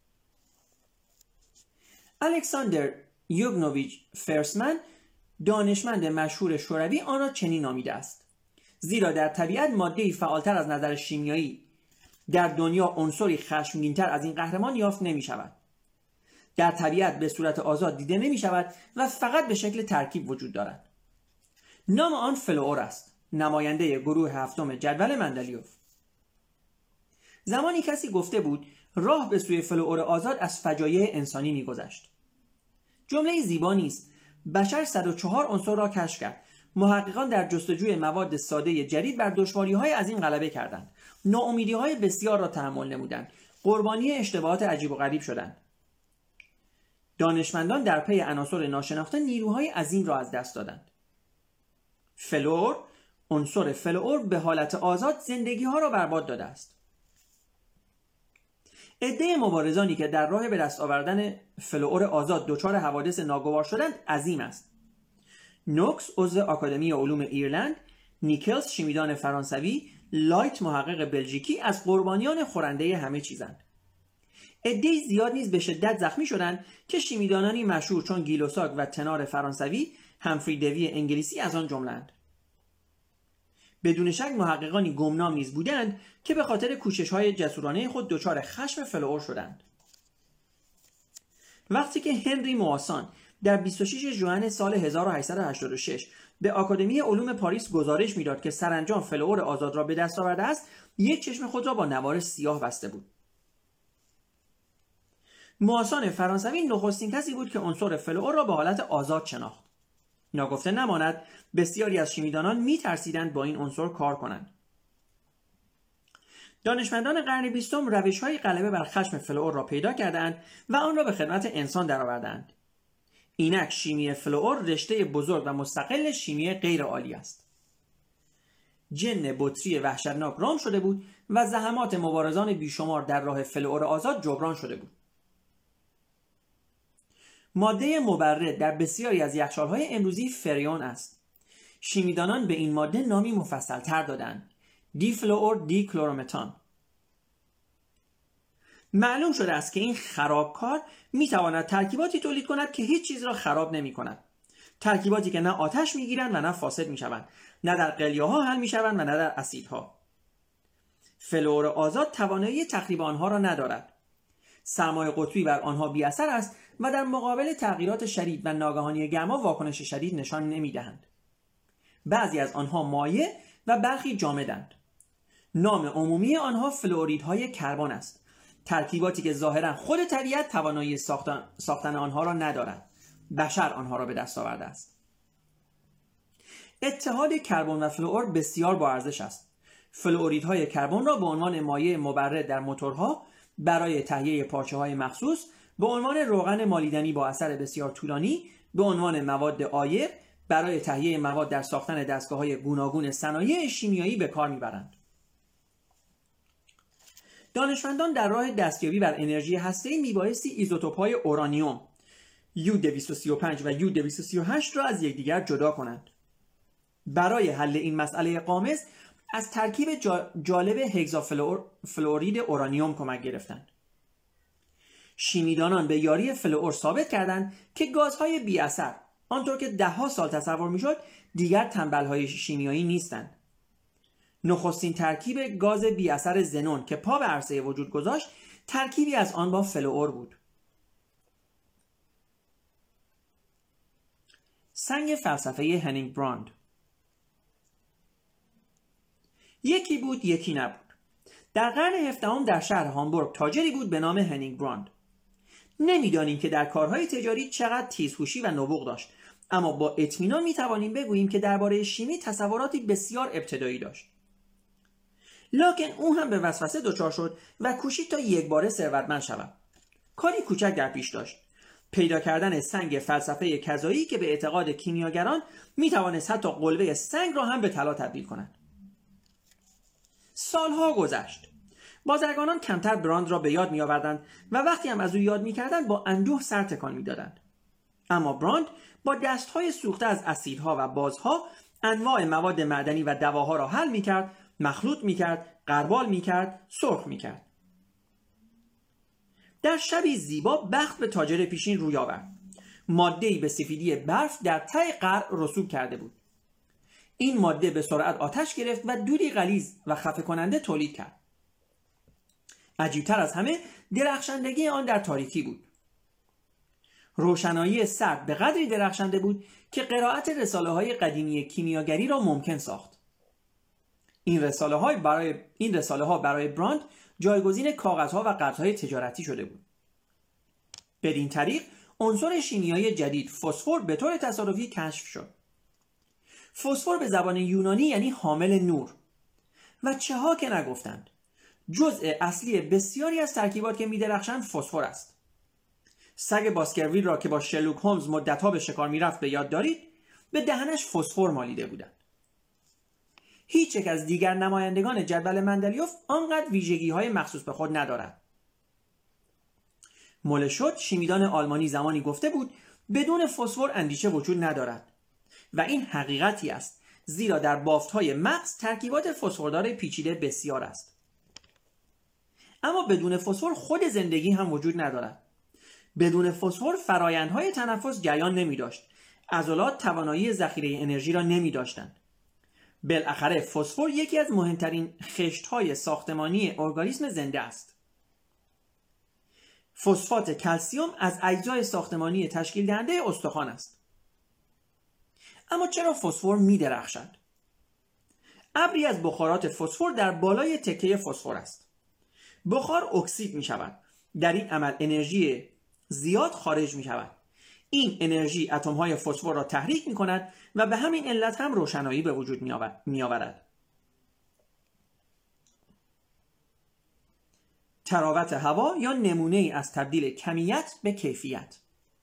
الکساندر یوگنوویچ فرسمن، دانشمند مشهور شوروی، آن را چنین نامیده است: زیرا در طبیعت ماده‌ای فعالتر از نظر شیمیایی در دنیا عنصری خشمگین‌تر از این قهرمان یافت نمی‌شود. در طبیعت به صورت آزاد دیده نمی شود و فقط به شکل ترکیب وجود دارد. نام آن فلوئور است، نماینده گروه هفتم جدول مندلیوف. زمانی کسی گفته بود راه به سوی فلوئور آزاد از فجایع انسانی می‌گذشت. جمله زیبا نیست. بشر صد و چهار عنصر را کشف کرد. محققان در جستجوی مواد ساده جدید بر دشواری‌های عظیم غلبه کردند. ناامیدی‌های بسیار را تحمل نمودند. قربانی اشتباهات عجیب و غریب شدند. دانشمندان در پی عناصر ناشناخته نیروهای عظیم را از دست دادند. فلوئور، عنصر فلوئور به حالت آزاد زندگی‌ها را برباد داده است. عده مبارزانی که در راه به دست آوردن فلوئور آزاد دچار حوادث ناگوار شدند عظیم است. نوکس عضو آکادمی علوم ایرلند، نیکلز شیمیدان فرانسوی، لایت محقق بلژیکی از قربانیان خورنده همه چیزند. عده زیاد نیز به شدت زخمی شدند که شیمیدانانی مشهور چون گیلوساگ و تنار فرانسوی، همفری دوی انگلیسی از آن جمله‌اند. بدون شک محققانی گمنام نیز بودند که به خاطر کوشش‌های جسورانه خود دچار خشم فلوئور شدند. وقتی که هنری مواسان در بیست و شش ژوئن سال هزار و هشتصد و هشتاد و شش به آکادمی علوم پاریس گزارش می‌داد که سرانجام فلوئور آزاد را به دست آورده است، یک چشم خود را با نوار سیاه بسته بود. مواسان فرانسوی نخستین کسی بود که عنصر فلوئور را به حالت آزاد شناخت. ناگفته نماند بسیاری از شیمیدانان می‌ترسیدند با این عنصر کار کنند. دانشمندان قرن بیستم روش‌های غلبه بر خشم فلوئور را پیدا کردند و آن را به خدمت انسان درآوردند. اینک شیمی فلوئور رشته بزرگ و مستقل شیمی غیر عالی است. جن بطری وحشتناک رام شده بود و زحمات مبارزان بیشمار در راه فلوئور آزاد جبران شده بود. ماده مبرد در بسیاری از یخچال‌های امروزی فریون است. شیمیدانان به این ماده نامی مفصل‌تر دادند: دیفلوئور دی کلرومتان. معلوم شده است که این خرابکار می‌تواند ترکیباتی تولید کند که هیچ چیز را خراب نمی‌کند. ترکیباتی که نه آتش می‌گیرند و نه فاسد می‌شوند، نه در قلیه‌ها حل می‌شوند و نه در اسیدها. فلوئور آزاد توانایی تخریب آنها را ندارد. سرمای قطبی بر آنها بی اثر است و در مقابل تغییرات شدید و ناگهانی گرما واکنش شدید نشان نمی‌دهند. بعضی از آنها مایع و برخی جامدند. نام عمومی آنها فلوریدهای کربن است، ترکیباتی که ظاهراً خود طبیعت توانایی ساختن, ساختن آنها را ندارد. بشر آنها را به دست آورده است. اتحاد کربن و فلوئور بسیار با ارزش است. فلوریدهای کربن را به عنوان مایع مبرد در موتورها برای تهیه پارچه‌های مخصوص، به عنوان روغن مالیدنی با اثر بسیار طولانی، به عنوان مواد عایق برای تهیه مواد در ساختن دستگاه‌های گوناگون صنایع شیمیایی به کار می‌برند. دانشمندان در راه دستیابی بر انرژی هسته‌ای میبایستی ایزوتوپ‌های اورانیوم یو دویست و سی و پنج و یو دویست و سی و هشت را از یکدیگر جدا کنند. برای حل این مسئله غامض از ترکیب جالب هگزافلوئورید اورانیوم کمک گرفتند. شیمیدانان به یاری فلوئور ثابت کردند که گازهای بی اثر، آنطور که ده‌ها سال تصور میشد، دیگر تنبل‌های شیمیایی نیستند. نخستین ترکیب گاز بی اثر زنون که پا به عرصه وجود گذاشت، ترکیبی از آن با فلوئور بود. سنگ فلسفه هنینگ براند. یکی بود یکی نبود. در قرن هفدهم در شهر هامبورگ تاجری بود به نام هنینگ براند. نمیدانیم که در کارهای تجاری چقدر تیزهوشی و نبوغ داشت، اما با اطمینان میتوانیم بگوییم که درباره شیمی تصوراتی بسیار ابتدایی داشت. لکن او هم به وسوسه دچار شد و کوشید تا یک باره ثروتمند شود. کاری کوچک در پیش داشت: پیدا کردن سنگ فلسفه کذایی که به اعتقاد کیمیاگران میتوانست حتی قلبه سنگ را هم به طلا تبدیل کند. سالها گذشت. بازرگانان کمتر براند را به یاد می آوردند و وقتی هم از او یاد می کردند با اندوه سر تکان می دادند. اما براند با دستهای سوخته از اسیدها و بازها انواع مواد معدنی و دواها را حل می کرد، مخلوط می کرد، غربال می کرد، سرخ می کرد. در شبی زیبا بخت به تاجر پیشین روی آورد. ماده‌ای به سفیدی برف در ته قعر رسوب کرده بود. این ماده به سرعت آتش گرفت و دودی غلیظ و خفه کننده تولید کرد. عجیبتر از همه درخشندگی آن در تاریکی بود. روشنایی سرد به قدری درخشنده بود که قرائت رساله‌های قدیمی کیمیاگری را ممکن ساخت. این رساله‌ها برای این رساله‌ها برای براند جایگزین کاغذها و قرض‌های تجارتی شده بود. بدین طریق عنصر شیمیایی جدید فسفر به طور تصادفی کشف شد. فسفر به زبان یونانی یعنی حامل نور و چه ها که نگفتند. جزء اصلی بسیاری از ترکیبات که می‌درخشند فسفر است. سگ باسکرویل را که با شرلوک هولمز مدت‌ها به شکار می‌رفت به یاد دارید، به دهنش فسفر مالیده بودند. هیچ یک از دیگر نمایندگان جدول مندلیوف آنقدر ویژگی‌های مخصوص به خود ندارد. مولشوت شیمیدان آلمانی زمانی گفته بود بدون فسفر اندیشه وجود ندارد و این حقیقتی است، زیرا در بافت‌های مغز ترکیبات فسفردار پیچیده بسیار است. اما بدون فسفر خود زندگی هم وجود ندارد. بدون فسفر فرایندهای تنفس جریان نمی داشت. عضلات توانایی ذخیره انرژی را نمی داشتند. بالاخره فسفر یکی از مهمترین خشت‌های ساختمانی ارگانیسم زنده است. فسفات کلسیم از اجزای ساختمانی تشکیل دهنده استخوان است. اما چرا فسفر می درخشد؟ ابری از بخارات فسفر در بالای تکه فسفر است. بخار اکسید می شود. در این عمل انرژی زیاد خارج می شود. این انرژی اتم‌های فسفر را تحریک می کند و به همین علت هم روشنایی به وجود می آورد. تراوت هوا یا نمونه ای از تبدیل کمیت به کیفیت.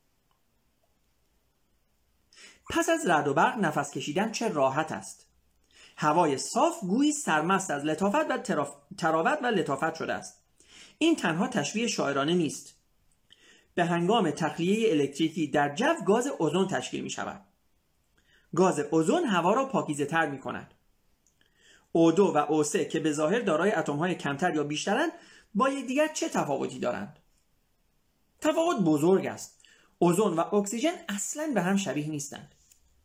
پس از رعد و برق نفس کشیدن چه راحت است. هوای صاف گویی سرمست از لطافت و تراف... تراوت و لطافت شده است. این تنها تشبیه شاعرانه نیست. به هنگام تخلیه الکتریکی در جو گاز اوزون تشکیل می شود. گاز اوزون هوا را پاکیزه تر می کند. او دو و او سه که به ظاهر دارای اتم‌های کمتر یا بیشترند با یکدیگر چه تفاوتی دارند؟ تفاوت بزرگ است. اوزون و اکسیژن اصلاً به هم شبیه نیستند.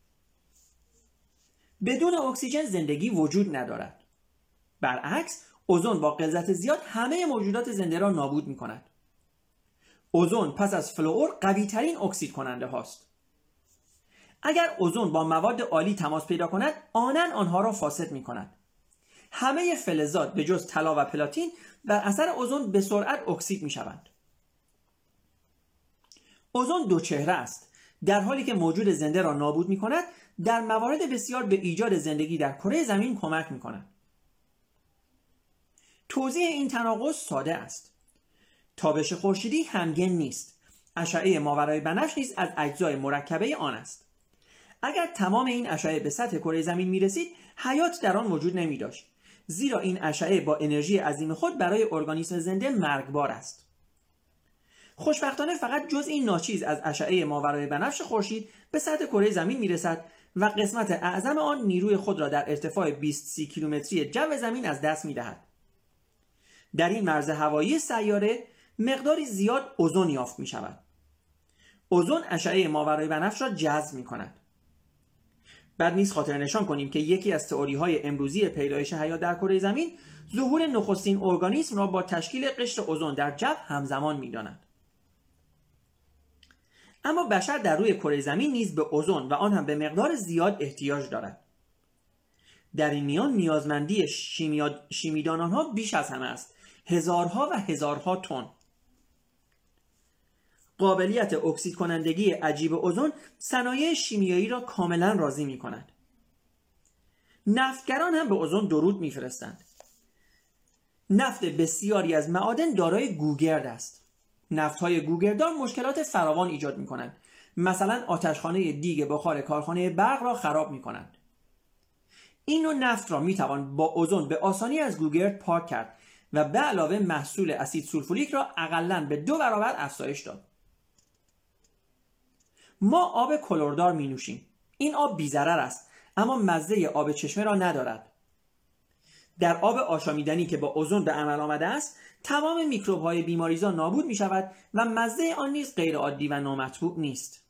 بدون اکسیژن زندگی وجود ندارد. برعکس، اوزون با غلظت زیاد همه موجودات زنده را نابود می کند. اوزون پس از فلور قوی ترین اکسید کننده هاست. اگر اوزون با مواد عالی تماس پیدا کند، آنن آنها را فاسد می کند. همه فلزات به جز طلا و پلاتین بر اثر اوزون به سرعت اکسید می شوند. اوزون دو چهره است. در حالی که موجود زنده را نابود می کند، در موارد بسیار به ایجاد زندگی در کره زمین کمک می کند. توضیح این تناقض ساده است. تابش خورشیدی همگن نیست. اشعه ماورای بنفش نیز از اجزای مرکبه آن است. اگر تمام این اشعه به سطح کره زمین می رسید، حیات در آن وجود نمی داشت. زیرا این اشعه با انرژی عظیم خود برای ارگانیسم زنده مرگبار است. خوشبختانه فقط جزئی ناچیز از اشعه ماورای بنفش خورشید به سطح کره زمین می رسد و قسمت اعظم آن نیروی خود را در ارتفاع بیست سی کیلومتری جو زمین از دست می دهد. در این مرز هوایی سیاره مقداری زیاد اوزون یافت می شود. اوزون اشعه ماورای بنفش را جذب می کند. بعد نیز خاطر نشان کنیم که یکی از تئوری‌های امروزی پیدایش حیات در کره زمین ظهور نخستین ارگانیسم را با تشکیل قشر اوزون در جو همزمان می‌داند. اما بشر در روی کره زمین نیز به اوزون و آن هم به مقدار زیاد احتیاج دارد. در این میان نیازمندی شیمیا... شیمیدان آنها بیش از همه است. هزارها و هزارها تن. قابلیت اکسید کنندگی عجیب اوزون صنایع شیمیایی را کاملا راضی می کند. نفتگران هم به اوزون درود می فرستند. نفت بسیاری از معادن دارای گوگرد است. نفت‌های گوگردار مشکلات فراوان ایجاد می کنند. مثلا آتشخانه دیگ بخار کارخانه برق را خراب می کنند. این نوع نفت را می توان با اوزون به آسانی از گوگرد پاک کرد و به علاوه محصول اسید سولفوریک را اقلاً به دو برابر افزایش داد. ما آب کلردار می نوشیم. این آب بی ضرر است، اما مزه آب چشمه را ندارد. در آب آشامیدنی که با اوزون به عمل آمده است، تمام میکروب های بیماریزا نابود می شود و مزه آن نیز غیر عادی و نامطبوع نیست.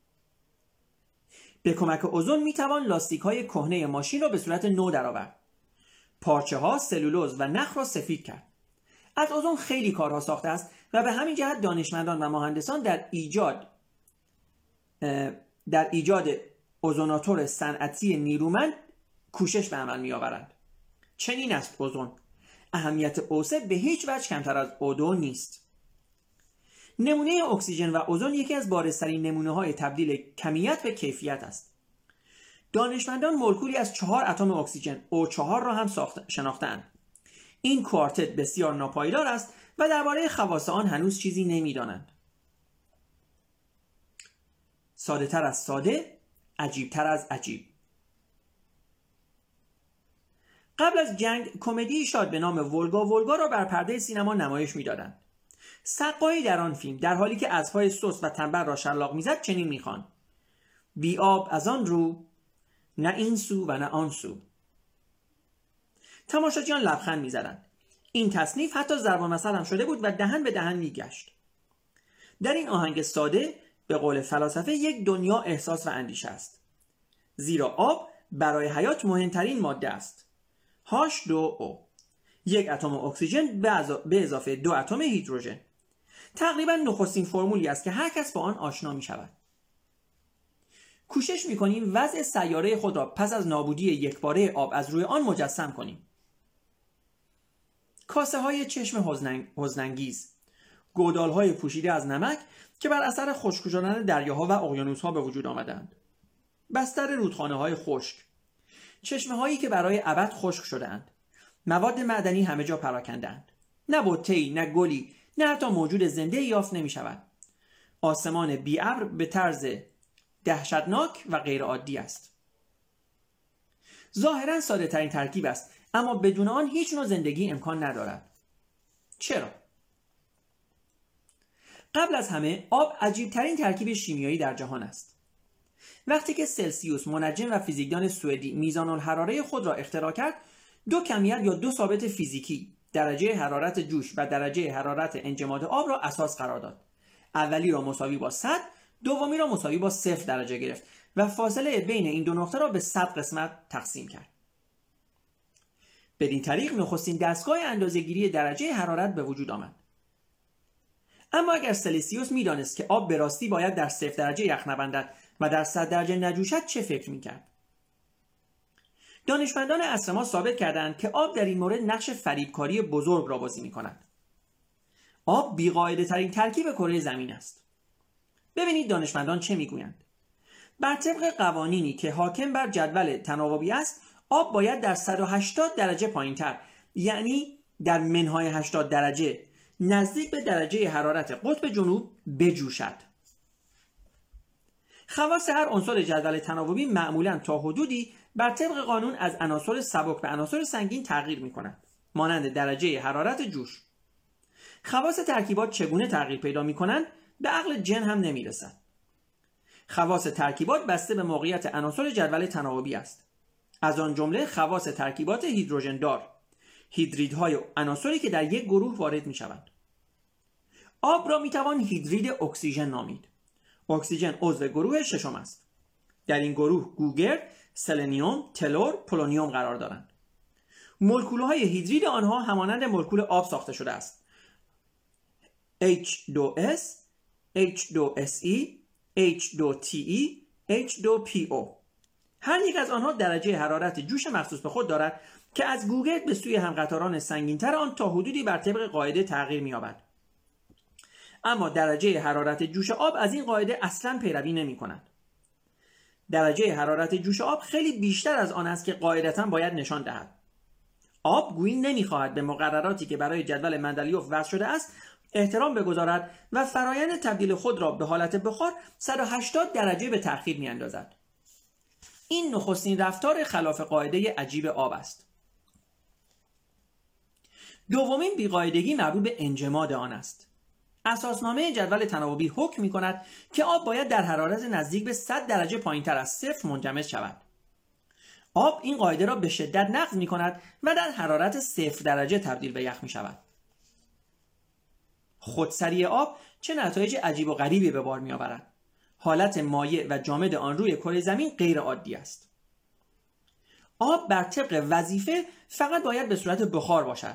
به کمک اوزون می توان لاستیک های کهنه ماشین را به صورت نو درآورد. پارچه ها، سلولوز و نخ را سفید کرد. از اوزون خیلی کارها ساخته است و به همین جهت دانشمندان و مهندسان در ایجاد در ایجاد اوزوناتور صنعتی نیرومند کوشش به عمل می آورند. چنین است اوزون. اهمیت اوسه به هیچ وجه کمتر از اودو نیست. نمونه اکسیژن و اوزون یکی از بارزترین نمونه‌های تبدیل کمیت به کیفیت است. دانشمندان مولکولی از چهار اتم اکسیژن او چهار را هم شناختند. این کوارتت بسیار ناپایدار است و درباره خواص آن هنوز چیزی نمی‌دانند. ساده تر از ساده، عجیب تر از عجیب. قبل از جنگ کمدی شاد به نام ولگا ولگا را بر پرده سینما نمایش می‌دادند. سقایی در آن فیلم در حالی که اسب‌های سست و تنبل را شلاق می‌زد چنین می‌خواند: بی آب از آن رو، نه این سو و نه آن سو. تماشاچیان لبخند می‌زدند. این تصنیف حتی ضرب المثل هم شده بود و دهن به دهن می‌گشت. در این آهنگ ساده به قول فلاسفه یک دنیا احساس و اندیشه است. زیرا آب برای حیات مهمترین ماده است. هاش دو او. یک اتم اکسیژن به اضافه دو اتم هیدروژن. تقریبا نخستین فرمولی است که هر کس با آن آشنا می شود. کوشش می کنیم وضع سیاره خود را پس از نابودی یکباره آب از روی آن مجسم کنیم. کاسه های چشم حزن‌انگیز، گودال های پوشیده از نمک که بر اثر خشک شدن دریاها و اقیانوس‌ها به وجود آمدند. بستر رودخانه های خشک، چشمه هایی که برای ابد خشک شده‌اند. مواد معدنی همه جا پراکنده‌اند. نه بوته‌ای، نه گلی، نه حتی موجود زنده یافت نمی شود. آسمان بی ابر به طرز دهشتناک و غیر عادی است. ظاهراً ساده ترین ترکیب است، اما بدون آن هیچ نوع زندگی امکان ندارد. چرا؟ قبل از همه آب عجیب ترین ترکیب شیمیایی در جهان است. وقتی که سلسیوس منجم و فیزیکدان سوئدی میزان الحراره خود را اختراع کرد، دو کمیت یا دو ثابت فیزیکی، درجه حرارت جوش و درجه حرارت انجماد آب را اساس قرار داد. اولی را مساوی با صد، دومی را مساوی با صفر درجه گرفت و فاصله بین این دو نقطه را به صد قسمت تقسیم کرد. بدین طریق نخستین دستگاه اندازه‌گیری درجه حرارت به وجود آمد. اما اگر سلسیوس می‌دانست که آب به راستی باید در صفر درجه یخ نبندد و در صد درجه نجوشد، چه فکر می‌کرد؟ دانشمندان عصر ما ثابت کردند که آب در این مورد نقش فریبکاری بزرگ را بازی می‌کند. آب بی‌قاعده ترین ترکیب کره زمین است. ببینید دانشمندان چه می‌گویند. بر طبق قوانینی که حاکم بر جدول تناوبی است، آب باید در صد و هشتاد درجه پایین‌تر، یعنی در منهای هشتاد درجه، نزدیک به درجه حرارت قطب جنوب بجوشد. خواص هر عنصر جدول تناوبی معمولاً تا حدودی بر طبق قانون از عناصر سبک به عناصر سنگین تغییر می‌کنند، مانند درجه حرارت جوش. خواص ترکیبات چگونه تغییر پیدا می‌کنند به عقل جن هم نمی‌رسد. خواص ترکیبات بسته به موقعیت عناصر جدول تناوبی است. از آن جمله خواص ترکیبات هیدروژن دار، هیدریدهای عناصری که در یک گروه وارد می‌شوند. آب را می‌توان هیدرید اکسیژن نامید. اکسیژن عضو گروه ششم است. در این گروه گوگرد، سلنیوم، تلور، پولونیوم قرار دارند. مولکول‌های هیدرید آنها همانند مولکول آب ساخته شده است. اچ دو اس، اچ دو اس ای، اچ دو تی ای، اچ دو پی او. هر یک از آنها درجه حرارت جوش مخصوص به خود دارد که از گوگرد به سوی همقطاران سنگین‌تر آن تا حدودی بر طبق قاعده تغییر می‌یابد. اما درجه حرارت جوش آب از این قاعده اصلاً پیروی نمی‌کند. درجه حرارت جوش آب خیلی بیشتر از آن است که قاعدتاً باید نشان دهد. آب گویی نمی‌خواهد به مقرراتی که برای جدول مندلیوف وضع شده است احترام بگذارد و فرایند تبدیل خود را به حالت بخار صد و هشتاد درجه به تأخیر می‌اندازد. این نخستین رفتار خلاف قاعده عجیب آب است. دومین بیقاعدگی مربوط به انجماد آن است. اساسنامه جدول تناوبی حکم می‌کند که آب باید در حرارت نزدیک به صد درجه پایین‌تر از صفر منجمد شود. آب این قاعده را به شدت نقض می‌کند و در حرارت صفر درجه تبدیل به یخ می‌شود. خودسری آب چه نتایج عجیب و غریبی به بار می‌آورد. حالت مایع و جامد آن روی کره زمین غیر عادی است. آب بر طبق وظیفه فقط باید به صورت بخار باشد.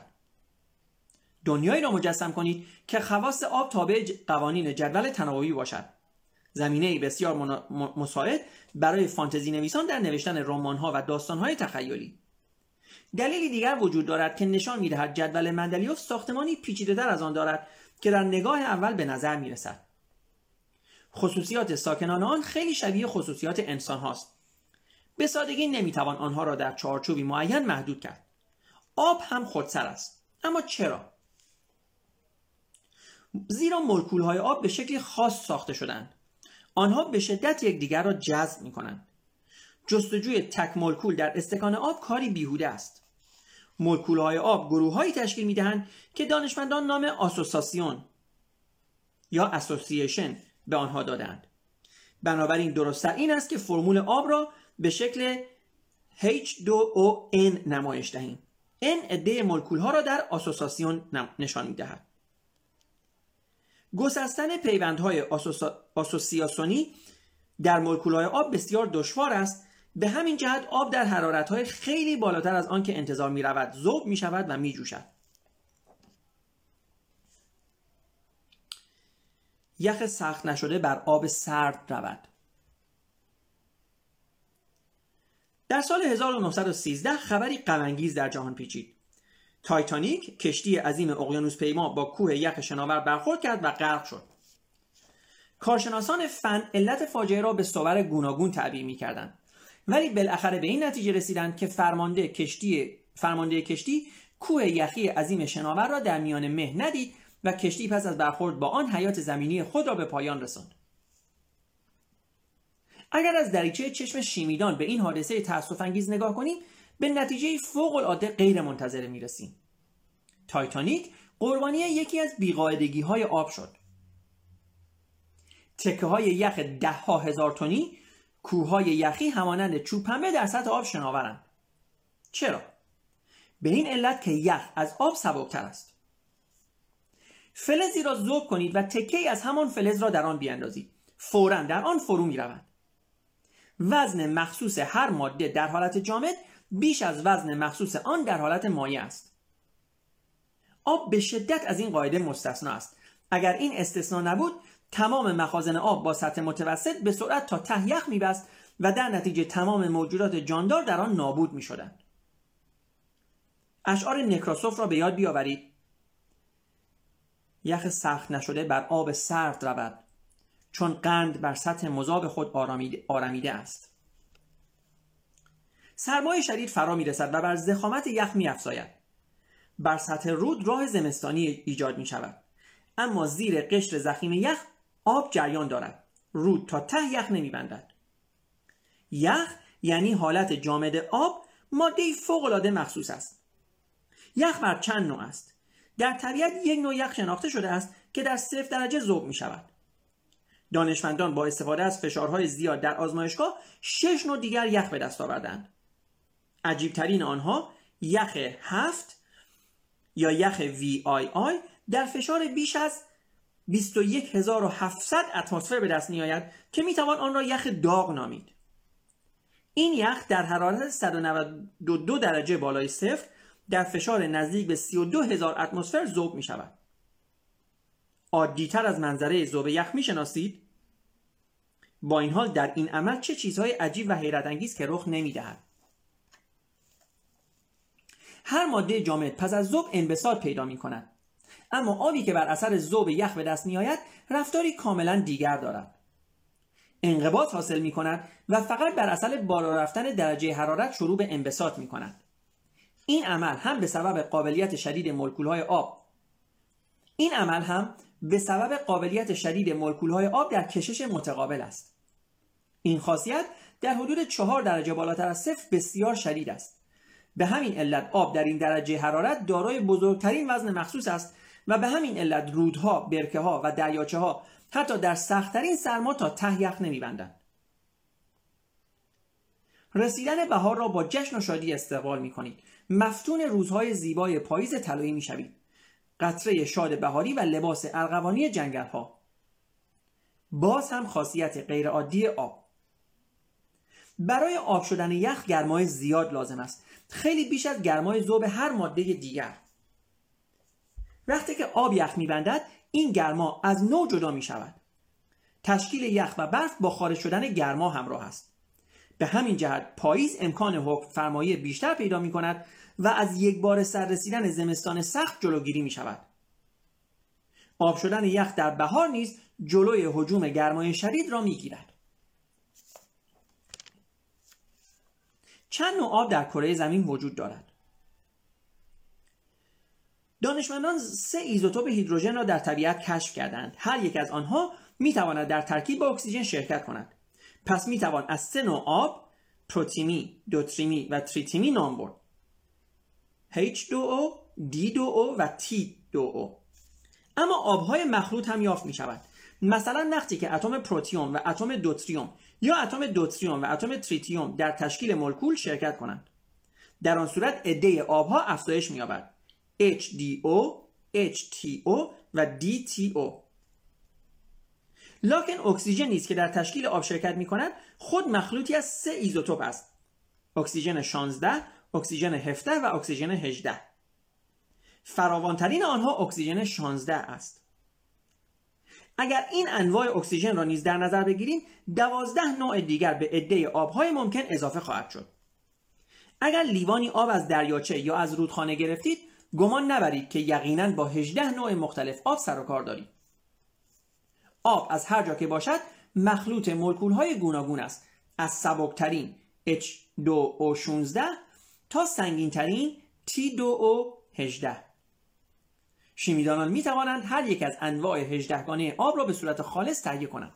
دنیایی را مجسم کنید که خواص آب تابع قوانین جدول تناوبی باشد. زمینه‌ای بسیار مساعد برای فانتزی نویسان در نوشتن رمان‌ها و داستان‌های تخیلی. دلیلی دیگر وجود دارد که نشان می‌دهد جدول مندلیوف ساختمانی پیچیده‌تر از آن دارد که در نگاه اول به نظر می‌رسد. خصوصیات ساکنان آن خیلی شبیه خصوصیات انسان هاست. به سادگی نمی‌توان آنها را در چارچوبی معین محدود کرد. آب هم خودسر است. اما چرا؟ زیرا مولکول‌های آب به شکلی خاص ساخته شدند. آنها به شدت یکدیگر را جذب می‌کنند. جستجوی تک مولکول در استکان آب کاری بیهوده است. مولکول‌های آب گروه‌هایی تشکیل می‌دهند که دانشمندان نام آسوسیاسیون یا اسوسییشن به آنها دادند. بنابراین درست‌تر این است که فرمول آب را به شکل اچ دو او ان نمایش دهیم. N عده مولکول‌ها را در آسوسیاسیون نشان می‌دهد. گسستن پیوندهای آسوسیاسیونی در مولکول‌های آب بسیار دشوار است. به همین جهت آب در حرارت‌های خیلی بالاتر از آن که انتظار می‌رود ذوب می‌شود و می‌جوشد. یخ سخت نشده بر آب سرد رود. در سال هزار و نهصد و سیزده خبری غم‌انگیز در جهان پیچید. تایتانیک، کشتی عظیم اقیانوس‌پیما، با کوه یخ شناور برخورد کرد و غرق شد. کارشناسان فن علت فاجعه را به صور گوناگون تعبیر می‌کردند، ولی بالاخره به این نتیجه رسیدند که فرمانده کشتی فرمانده کشتی کوه یخی عظیم شناور را در میان مه ندید و کشتی پس از برخورد با آن حیات زمینی خود را به پایان رساند. اگر از دریچه چشم شیمیدان به این حادثه تأسف‌انگیز نگاه کنیم، به نتیجه فوق‌العاده غیر منتظره می‌رسیم. تایتانیک قربانی یکی از بی‌قاعدگی‌های آب شد. تکه‌های یخ ده‌ها هزار تنی، کوه‌های یخی همانند چوب پنبه در سطح آب شناورند. چرا؟ به این علت که یخ از آب سبک‌تر است. فلزی را ذوب کنید و تکه‌ای از همان فلز را در آن بیاندازید. فوراً در آن فرو می‌روند. وزن مخصوص هر ماده در حالت جامد بیش از وزن مخصوص آن در حالت مایع است. آب به شدت از این قاعده مستثنا است. اگر این استثنا نبود، تمام مخازن آب با سطح متوسط به سرعت تا ته یخ می‌بست و در نتیجه تمام موجودات جاندار در آن نابود می‌شدند. اشعار نکراسوف را به یاد بیاورید. یخ سخت نشده بر آب سرد رود، چون قند بر سطح مذاب خود آرامیده, آرامیده است. سرمای شدید فرا می‌رسد و بر ضخامت یخ می‌افزاید. بر سطح رود راه زمستانی ایجاد می‌شود، اما زیر قشر ضخیم یخ آب جریان دارد. رود تا ته یخ نمی‌بندد. یخ یعنی حالت جامد آب ماده فوق‌العاده مخصوص است. یخ بر چند نوع است. در طبیعت یک نوع یخ شناخته شده است که در صفر درجه ذوب می‌شود. دانشمندان با استفاده از فشارهای زیاد در آزمایشگاه شش نوع دیگر یخ به دست آوردند. عجیبترین آنها یخ هفت یا یخ وی آی آی در فشار بیش از بیست و یک هزار و هفتصد اتمسفر به دست می‌آید که می‌توان آن را یخ داغ نامید. این یخ در حرارت صد و نود و دو درجه بالای صفر در فشار نزدیک به سی و دو هزار اتمسفر ذوب می‌شود. عادی‌تر از منظره ذوب یخ می‌شناسید؟ با این حال در این عمل چه چیزهای عجیب و حیرت انگیز که رخ نمی‌دهد. هر ماده جامد پس از ذوب انبساط پیدا می‌کند، اما آبی که بر اثر ذوب یخ به دست می‌آید رفتاری کاملاً دیگر دارد. انقباض حاصل می‌کند و فقط بر اثر بالا رفتن درجه حرارت شروع به انبساط می‌کند. این عمل هم به سبب قابلیت شدید مولکول‌های آب این عمل هم به سبب قابلیت شدید مولکول‌های آب در کشش متقابل است. این خاصیت در حدود چهار درجه بالاتر از صفر بسیار شدید است. به همین علت آب در این درجه حرارت دارای بزرگترین وزن مخصوص است و به همین علت رودها، برکه‌ها و دریاچه‌ها حتی در سخت‌ترین سرما تا ته یخ نمی‌بندند. رسیدن بهار را با جشن و شادی استقبال می‌کنید. مفتون روزهای زیبای پاییز طلایی می‌شوید. قطره شاد بهاری و لباس ارغوانی جنگل‌ها. باز هم خاصیت غیرعادی آب. برای آب شدن یخ گرمای زیاد لازم است، خیلی بیش از گرمای ذوب هر ماده دیگر. وقتی که آب یخ می‌بندد، این گرما از نو جدا می‌شود. تشکیل یخ و برف با خارج شدن گرما همراه است. به همین جهت پاییز امکان حکم فرمایی بیشتر پیدا می کند و از یک بار سر رسیدن زمستان سخت جلوگیری می شود. آب شدن یخ در بهار نیز جلوی هجوم گرمای شدید را می گیرد. چند نوع آب در کره زمین وجود دارد. دانشمندان سه ایزوتوپ هیدروژن را در طبیعت کشف کردند. هر یک از آنها می تواند در ترکیب با اکسیژن شرکت کند. پس می توان از سه نوع آب، پروتیمی، دوتریمی و تریتیمی نام برد. اچ دو او، دی دو او و تی دو او. اما آبهای مخلوط هم یافت می شود. مثلا وقتی که اتم پروتیوم و اتم دوتریوم یا اتم دوتریوم و اتم تریتیوم در تشکیل مولکول شرکت کنند. در آن صورت عده آبها افزایش می یابد. اچ دی او، اچ تی او و دی تی او. لکن اکسیژن نیز که در تشکیل آب شرکت می کند خود مخلوطی از سه ایزوتوپ است. اکسیژن شانزده، اکسیژن هفده و اکسیژن هجده. فراوانترین آنها اکسیژن شانزده است. اگر این انواع اکسیژن را نیز در نظر بگیریم، دوازده نوع دیگر به عده آبهای ممکن اضافه خواهد شد. اگر لیوانی آب از دریاچه یا از رودخانه گرفتید، گمان نبرید که یقیناً با هجده نوع مختلف آب سر و کار دارید. آب از هر جا که باشد مخلوط مولکول‌های گوناگون است، از سبکترین اچ دو او شانزده تا سنگینترین تی دو او هجده. شیمیدانان می توانند هر یک از انواع هجده گانه آب را به صورت خالص تهیه کنند.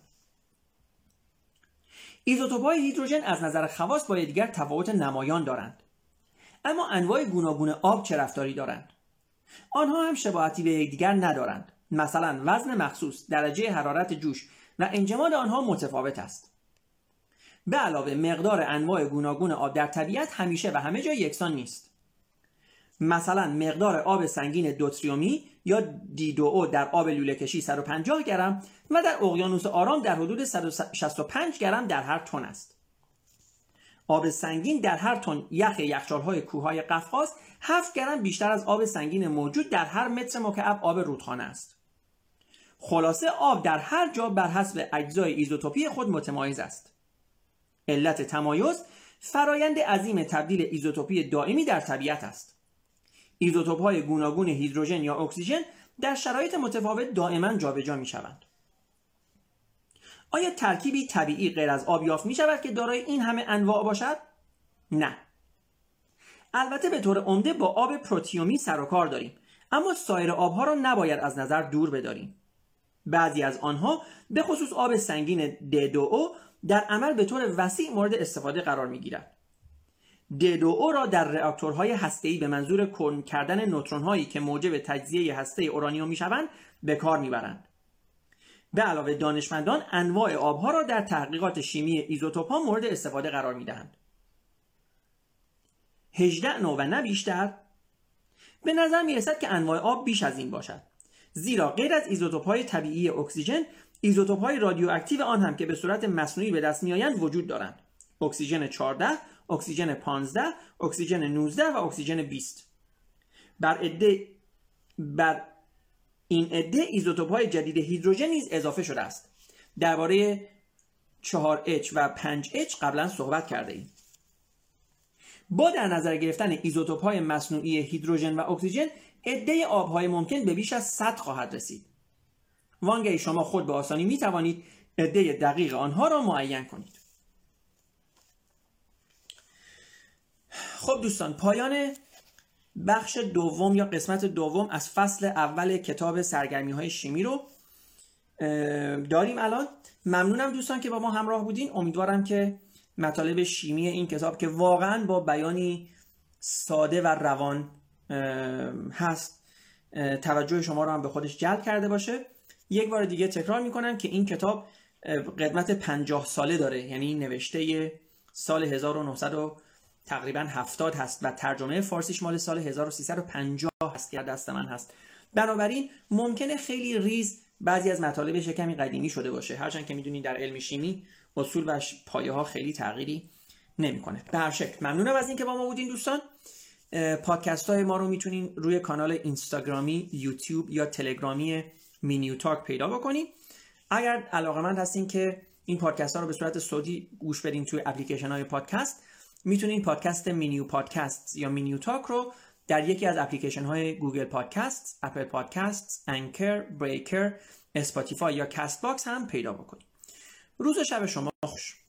ایزوتوپ‌های هیدروژن از نظر خواص با یکدیگر تفاوت نمایان دارند. اما انواع گوناگون آب چه رفتاری دارند؟ آنها هم شباهتی به یکدیگر ندارند. مثلا وزن مخصوص، درجه حرارت جوش و انجماد آنها متفاوت است. به علاوه مقدار انواع گوناگون آب در طبیعت همیشه و همه جا یکسان نیست. مثلا مقدار آب سنگین دوتریومی یا دی دو او در آب لوله کشی صد و پنجاه گرم و در اقیانوس آرام در حدود صد و شصت و پنج گرم در هر تن است. آب سنگین در هر تن یخ یخچال‌های کوههای قفقاز هفت گرم بیشتر از آب سنگین موجود در هر متر مکعب آب رودخانه است. خلاصه آب در هر جا بر حسب اجزای ایزوتوپی خود متمایز است. علت تمایز فرایند عظیم تبدیل ایزوتوپی دائمی در طبیعت است. ایزوتوپ‌های گوناگون هیدروژن یا اکسیژن در شرایط متفاوت دائما جابجا می‌شوند. آیا ترکیبی طبیعی غیر از آب یافت می‌شود که دارای این همه انواع باشد؟ نه. البته به طور عمده با آب پروتیومی سر و کار داریم، اما سایر آبها را نباید از نظر دور بداریم. بعضی از آنها به خصوص آب سنگین دی دو او در عمل به طور وسیع مورد استفاده قرار می‌گیرد. دی دو او را در راکتورهای هسته‌ای به منظور کند کردن نوترون‌هایی که موجب تجزیه هسته اورانیوم می‌شوند به کار می‌برند. به علاوه دانشمندان انواع آبها را در تحقیقات شیمی ایزوتوپ‌ها مورد استفاده قرار می‌دهند. هجده نوع و نه بیشتر؟ به نظر می‌رسد که انواع آب بیش از این باشد. زیرا غیر از ایزوتوپ‌های طبیعی اکسیژن، ایزوتوپ‌های رادیواکتیو آن هم که به صورت مصنوعی به دست می‌آیند وجود دارند. اکسیژن چهارده، اکسیژن پانزده، اکسیژن نوزده و اکسیژن بیست. بر عده بر این عده ایزوتوپ‌های جدید هیدروژن نیز اضافه شده است. درباره چهار اچ و پنج اچ قبلا صحبت کرده ایم. با در نظر گرفتن ایزوتوپ‌های مصنوعی هیدروژن و اکسیژن، عده آب‌های ممکن به بیش از صد خواهد رسید. وانگهی شما خود به آسانی می توانید عده دقیق آنها را معین کنید. خب دوستان، پایان بخش دوم یا قسمت دوم از فصل اول کتاب سرگرمی‌های شیمی رو داریم الان. ممنونم دوستان که با ما همراه بودین. امیدوارم که مطالب شیمی این کتاب که واقعا با بیانی ساده و روان هست توجه شما رو هم به خودش جلب کرده باشه. یک بار دیگه تکرار میکنم که این کتاب قدمت پنجاه ساله داره، یعنی نوشته سال هزار و نهصد و تقریبا هفتاد هست و ترجمه فارسیش مال سال هزار و سیصد و پنجاه هست که دست من هست. بنابراین ممکنه خیلی ریز بعضی از مطالبش کمی قدیمی شده باشه، هرچند که میدونید در علم شیمی اصول و پایه ها خیلی تغییری نمیکنه. به هر شکل ممنونم از اینکه با ما بودین دوستان. پادکست های ما رو میتونین روی کانال اینستاگرامی، یوتیوب یا تلگرامی مینیو تاک پیدا بکنید. اگر علاقه‌مند هستین که این پادکست ها رو به صورت صوتی گوش بدین توی اپلیکیشن های پادکست، میتونین پادکست مینیو پادکست یا مینیو تاک رو در یکی از اپلیکیشن های گوگل پادکست، اپل پادکست، انکر، بریکر، اسپاتیفای یا کست باکس هم پیدا بکنید. روز و شب شما خوش.